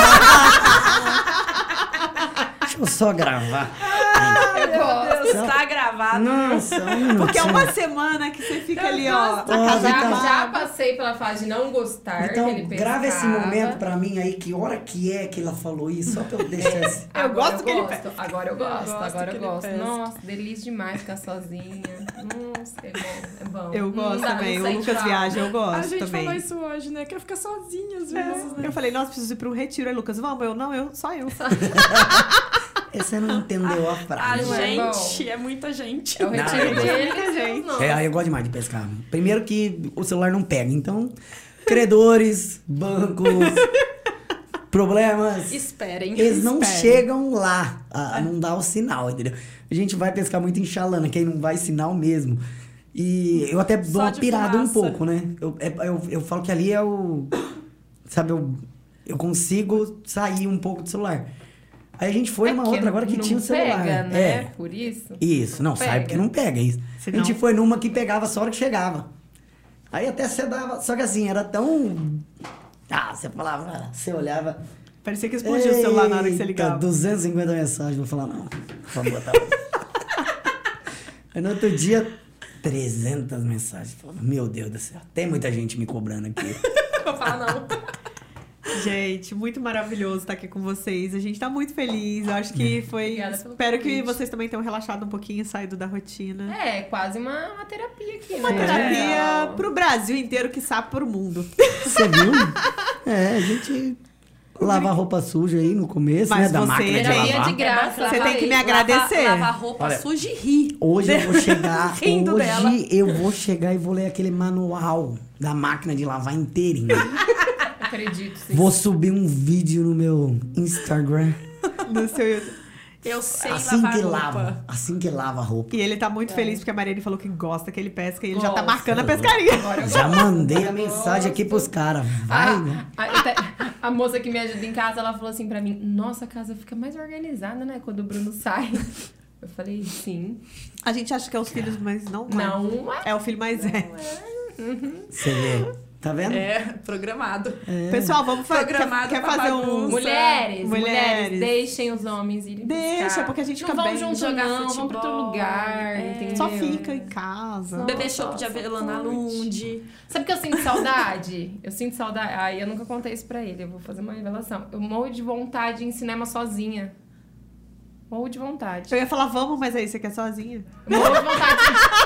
Deixa eu só gravar. Eu gosto. Deus, tá gravado. Nossa, um minutinho. Porque é uma semana que você fica Eu ali, ó, gosto. a casa Ó, Já, então- já passei pela fase de não gostar que Então, ele pescava. grava esse momento pra mim aí, que hora que é que ela falou isso, só pra eu deixar esse... Eu Agora gosto que ele gosto. Agora eu gosto, gosto agora que eu ele gosto. pesca. Nossa, delícia demais ficar sozinha. Nossa, é bom, é bom. Eu Não gosto dá, também. não O sente Lucas falta. viaja, eu gosto A gente também. falou isso hoje, né? Quer ficar sozinha às vezes, né? Eu falei, nossa, preciso ir pra um retiro. Aí, Lucas, vamos? Eu, não, eu, só eu. Você não entendeu a A frase. Não é gente, é muita gente. É o retiro Não, dele, muita gente. não. É, aí eu gosto demais de pescar. Primeiro que o celular não pega, então... Credores, bancos, problemas... Esperem. Eles não Espere. chegam lá, a, a não dar o sinal, entendeu? A gente vai pescar muito em Xalana, que aí não vai sinal mesmo. E eu até dou Só uma de pirada um fumaça. pouco, né? Eu, é- eu, eu falo que ali é o... Sabe, eu, eu consigo sair um pouco do celular. Aí a gente foi É numa porque outra agora que não tinha o celular. pega, né? É, Por isso. isso. Não, sai Pega. porque não pega, é isso. Senão- A gente foi numa que pegava só a hora que chegava. Aí até você dava... Só que assim, era tão... Ah, você falava... Você olhava... Parecia que explodiu o celular na hora que você Eita, ligava. duzentas e cinquenta mensagens, vou falar não. Por favor, tá bom. Aí no outro dia, trezentas mensagens. Falei, meu Deus do céu, tem muita gente me cobrando aqui. Vou falar não. Gente, muito maravilhoso estar aqui com vocês. A gente tá muito feliz. Eu acho que foi. Obrigada pelo Espero que convite. vocês também tenham relaxado um pouquinho, saído da rotina. É, quase uma, uma terapia aqui, Uma né? terapia Legal. pro Brasil inteiro, que sabe pro mundo. Você viu? É, a gente lava a roupa suja aí no começo, Mas né? Da você- máquina de Terapia lavar. de graça. Você tem que me falei. agradecer. Lavar, lavar roupa Olha, suja e rir. Hoje eu vou chegar, Rindo hoje dela. eu vou chegar e vou ler aquele manual da máquina de lavar inteirinho. Acredito, sim. Vou subir um vídeo no meu Instagram. No seu YouTube. Eu sei Assim lavar que roupa. lava, assim que lava a roupa. E ele tá muito feliz porque a Mariane falou que gosta que ele pesca e ele já tá Gosta. marcando a pescaria. Agora eu Já gosto. mandei a Eu mensagem aqui gosto. pros caras. Vai, A, né? a, até- a moça que me ajuda em casa, ela falou assim pra mim: nossa, a casa fica mais organizada, né? Quando o Bruno sai. Eu falei, sim. A gente acha que é os filhos, mas não é. Não é. É o filho mais velho. Você vê. Tá vendo? É, programado. É. Pessoal, vamos fazer. Quer, Programado quer pra fazer um. bagunça. Mulheres, mulheres, Mulheres. deixem os homens irem Deixa, buscar. porque a gente não fica vão bem. junto Jogar não, vão pra outro futebol, lugar, é. entendeu? Só fica em casa. Só- Beber só- chopp de só avelã na curte. Lunde. Sabe que eu sinto saudade? Eu sinto saudade. Ai, eu nunca contei isso pra ele, eu vou fazer uma revelação. Eu morro de vontade em cinema sozinha. Morro de vontade. Eu ia falar, vamos, mas aí você quer sozinha? Morro de vontade.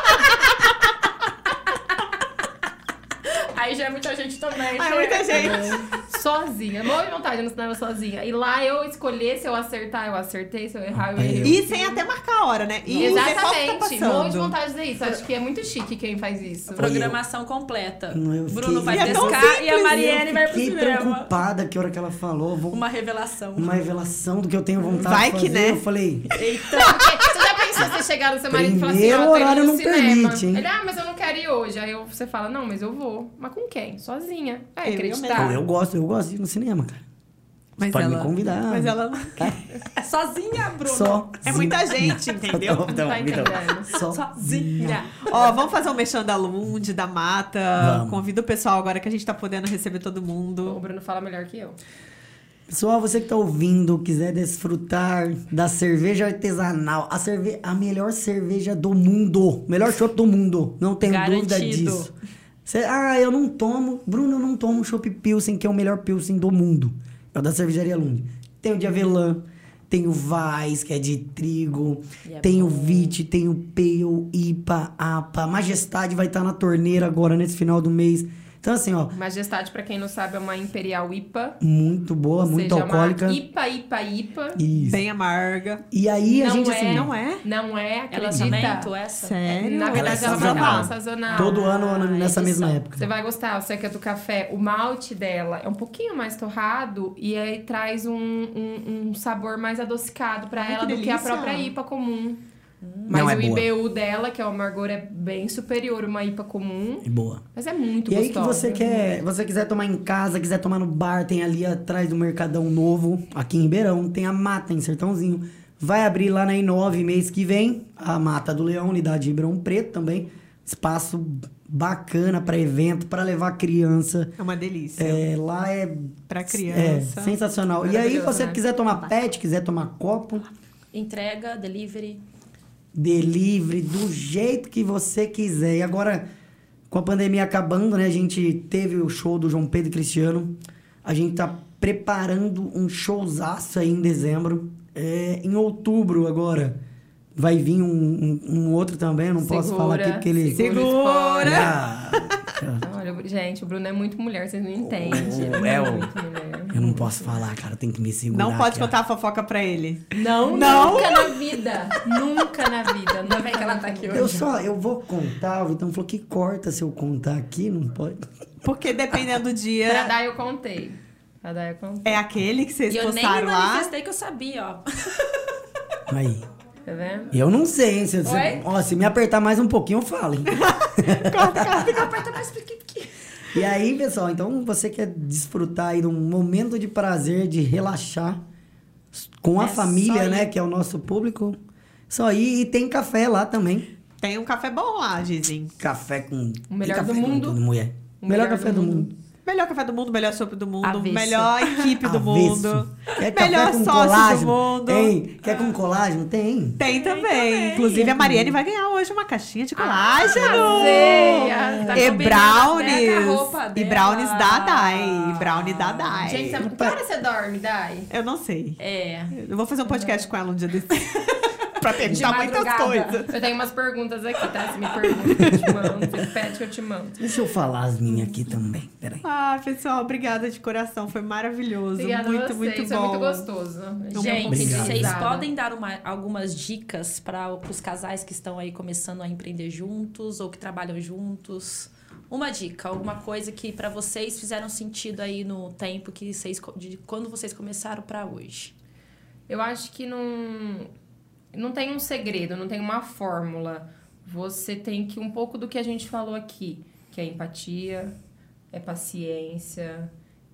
Aí já é muita gente também. Ai, né? muita gente. Sozinha. Morro de vontade no cinema sozinha. E lá eu escolher se eu acertar, eu acertei. Se eu errar, eu Aí errei. E sem até marcar a hora, né? E ver qual que tá Exatamente. Morro de passando. vontade de fazer isso. Acho que é muito chique quem faz isso. Programação completa. Não, eu Bruno fiquei- vai E é tão pescar e a simples, Mariane vai pro Fiquei cinema. preocupada que a hora que ela falou, vou... Uma revelação. uma revelação do que eu tenho vontade Vai de que, fazer. né? Eu falei, Eita. Você já pensou você chegar no seu marido e falar assim, Primeiro ó, tô indo horário no não cinema. permite, hein? Ele, ah, mas eu não quero ir hoje. Aí eu- você fala, não, mas eu vou. Mas com quem? Sozinha. É, Eu e o acreditar. "Pô, eu gosto, eu gosto de ir no cinema, cara. Mas Pode ela, me convidar. Mas ela não Tá? Sozinha, Bruno. Só. É muita gente, entendeu? Não tá entendendo. Só. Sozinha. Ó, vamos fazer um mexão da Lund, da Mata. Vamos. Convida o pessoal agora que a gente tá podendo receber todo O mundo. Bruno fala melhor que eu. Pessoal, você que tá ouvindo, quiser desfrutar da cerveja artesanal, a, cerve... a melhor cerveja do mundo, melhor chopp do mundo, não tenho dúvida Garantido. disso. Cê- ah, eu não tomo, Bruno, eu não tomo chopp Pilsen, que é o melhor Pilsen do mundo. É o da cervejaria Lund. Tem o de avelã, tem o Weiss, que é de trigo, E é tem o bom. Vit, tem o Pale, I P A, A P A, Majestade vai estar na torneira agora, nesse final do mês. Então, assim, ó, Majestade, pra quem não sabe, é uma Imperial I P A. muito boa, Ou muito seja, alcoólica. uma I P A, I P A, I P A. Isso. Bem amarga. E aí a Não gente, é. assim... Não é? Não é, Ela é acredita? cimento, essa? Sério? Na verdade, Ela ela é é uma sazonal. sazonal. Todo ano Ah, nessa edição. mesma época. Você vai gostar, você quer do café. O malte dela é um pouquinho mais torrado e aí traz um, um, um sabor mais adocicado pra Ai, ela que do que a delícia. própria I P A comum. Mas Não, é o boa. I B U dela, que é o amargor, é bem superior a uma I P A comum. É boa. Mas é muito E aí que gostosa. você quer, você quiser tomar em casa, quiser tomar no bar, tem ali atrás do Mercadão Novo, aqui em Ribeirão, tem a Mata em Sertãozinho. Vai abrir lá na I nove mês que vem, a Mata do Leão, unidade de Ribeirão Preto também. Espaço bacana pra evento, pra levar criança. É uma delícia. É, lá é Pra é criança. sensacional. E aí Maravilhoso, você né? quiser tomar pet, quiser tomar copo, Entrega, delivery. delivery, do jeito que você quiser. E agora, com a pandemia acabando, né? A gente teve o show do João Pedro e Cristiano. A gente tá preparando um showzaço aí em dezembro. É, em outubro agora vai vir um, um, um outro também. Eu não posso Segura, falar aqui porque ele... segura o spoiler. Ah, Olha, gente, o Bruno é muito mulher, vocês não entendem. o- Ele é o- muito mulher. eu não posso falar, cara. Tem que me segurar. Não pode aqui, ó. contar a fofoca pra ele. Não, Não. nunca na vida. Nunca na vida. Ainda bem que ela tá aqui Eu hoje. só, eu vou contar. O Vitão falou que corta se eu contar aqui, não pode. Porque dependendo do Pra dia, dar eu contei. Pra dar eu contei. é aquele que vocês E eu nem me postaram lá. manifestei que eu sabia, ó. Aí. Tá vendo? Eu não sei, hein? Se, se, Oi? ó, se me apertar mais um pouquinho, eu falo, hein? Aperta mais aqui. E aí, pessoal, então você quer desfrutar aí de um momento de prazer, de relaxar com a É família, só né? ir. Que é o nosso público. Só ir. E tem café lá também. Tem um café bom lá, dizem. Café com... O melhor tem café do com mundo. tudo, mulher. O melhor, melhor café do do mundo. mundo. Melhor café do mundo, melhor sopa do mundo, Avesso. melhor equipe do Avesso. mundo, Quer café melhor com sócio colágeno? do mundo. Tem. Quer com colágeno? Tem. Tem também. também. Inclusive, a Mariane vai ganhar hoje uma caixinha de colágeno. Arrasei. Tá e combinando brownies. até com a roupa E dela. brownies da Dai. Brownie da Dai. Gente, sabe que hora você dorme, Dai? Eu não sei. É. Eu vou fazer um podcast com ela um dia desse. Pra De perguntar muitas madrugada. coisas. Eu tenho umas perguntas aqui, tá? Você me pergunta, eu te mando. Você pede que eu te mando. Deixa eu falar as minhas aqui também. Peraí. Ah, pessoal, obrigada de coração. Foi maravilhoso. Obrigada muito, a vocês, muito foi bom. muito gostoso. Gente, Obrigado. vocês Risada. podem dar uma- algumas dicas para os casais que estão aí começando a empreender juntos ou que trabalham juntos? Uma dica, alguma coisa que para vocês fizeram sentido aí no tempo que vocês co- de quando vocês começaram para hoje? Eu acho que não, não tem um segredo, não tem uma fórmula. Você tem que, um pouco do que a gente falou aqui, que é empatia, é paciência,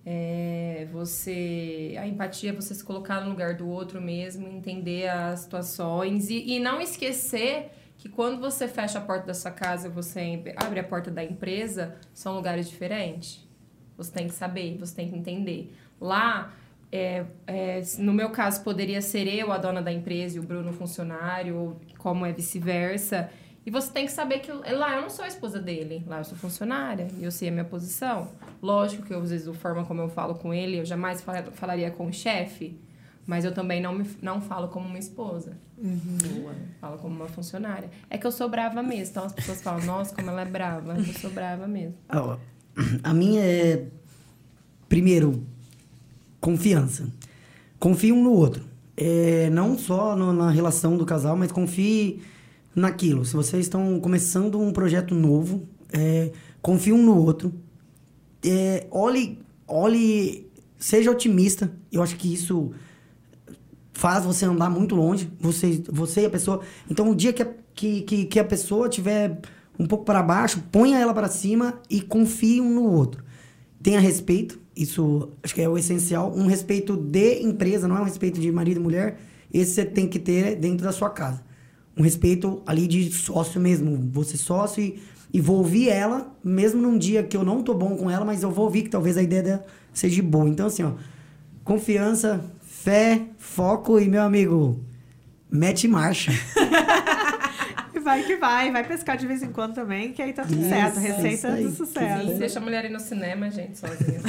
é você... A empatia é você se colocar no lugar do outro mesmo, entender as situações e, e não esquecer que quando você fecha a porta da sua casa e você abre a porta da empresa, são lugares diferentes. Você tem que saber, você tem que entender. Lá, é, é, no meu caso, poderia ser eu a dona da empresa e o Bruno o funcionário, ou como é vice-versa. E você tem que saber que lá eu não sou a esposa dele, lá eu sou funcionária e eu sei a minha posição. Lógico que, às vezes, a forma como eu falo com ele, eu jamais fal- falaria com o chefe, mas eu também não, me, não falo como uma esposa. Uhum. Eu falo como uma funcionária. É que eu sou brava mesmo, então as pessoas falam, nossa, como ela é brava. Eu sou brava mesmo. Ah, a minha é, primeiro, confiança. Confie um no outro. É, não só no, na relação do casal, mas confie naquilo. Se vocês estão começando um projeto novo, é, confie um no outro. É, olhe, olhe, seja otimista. Eu acho que isso faz você andar muito longe. Você, você e a pessoa... Então, o dia que a, que, que, que a pessoa tiver um pouco para baixo, ponha ela para cima e confie um no outro. Tenha respeito. Isso, acho que é o essencial. Um respeito de empresa, não é um respeito de marido e mulher. Esse você tem que ter dentro da sua casa. Um respeito ali de sócio mesmo. Você sócio e, e vou ouvir ela, mesmo num dia que eu não tô bom com ela, mas eu vou ouvir que talvez a ideia dela seja boa. Então, assim, ó, confiança, fé, foco e, meu amigo, mete marcha. Vai que vai, vai pescar de vez em quando também, que aí tá tudo Isso, certo. Receita isso aí. do sucesso. Sim, deixa a mulher ir no cinema, gente, sozinha.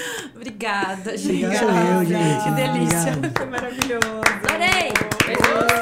Obrigada, gente. Obrigado eu, gente. Que delícia. Obrigado. Foi maravilhoso. Adorei! Beijo.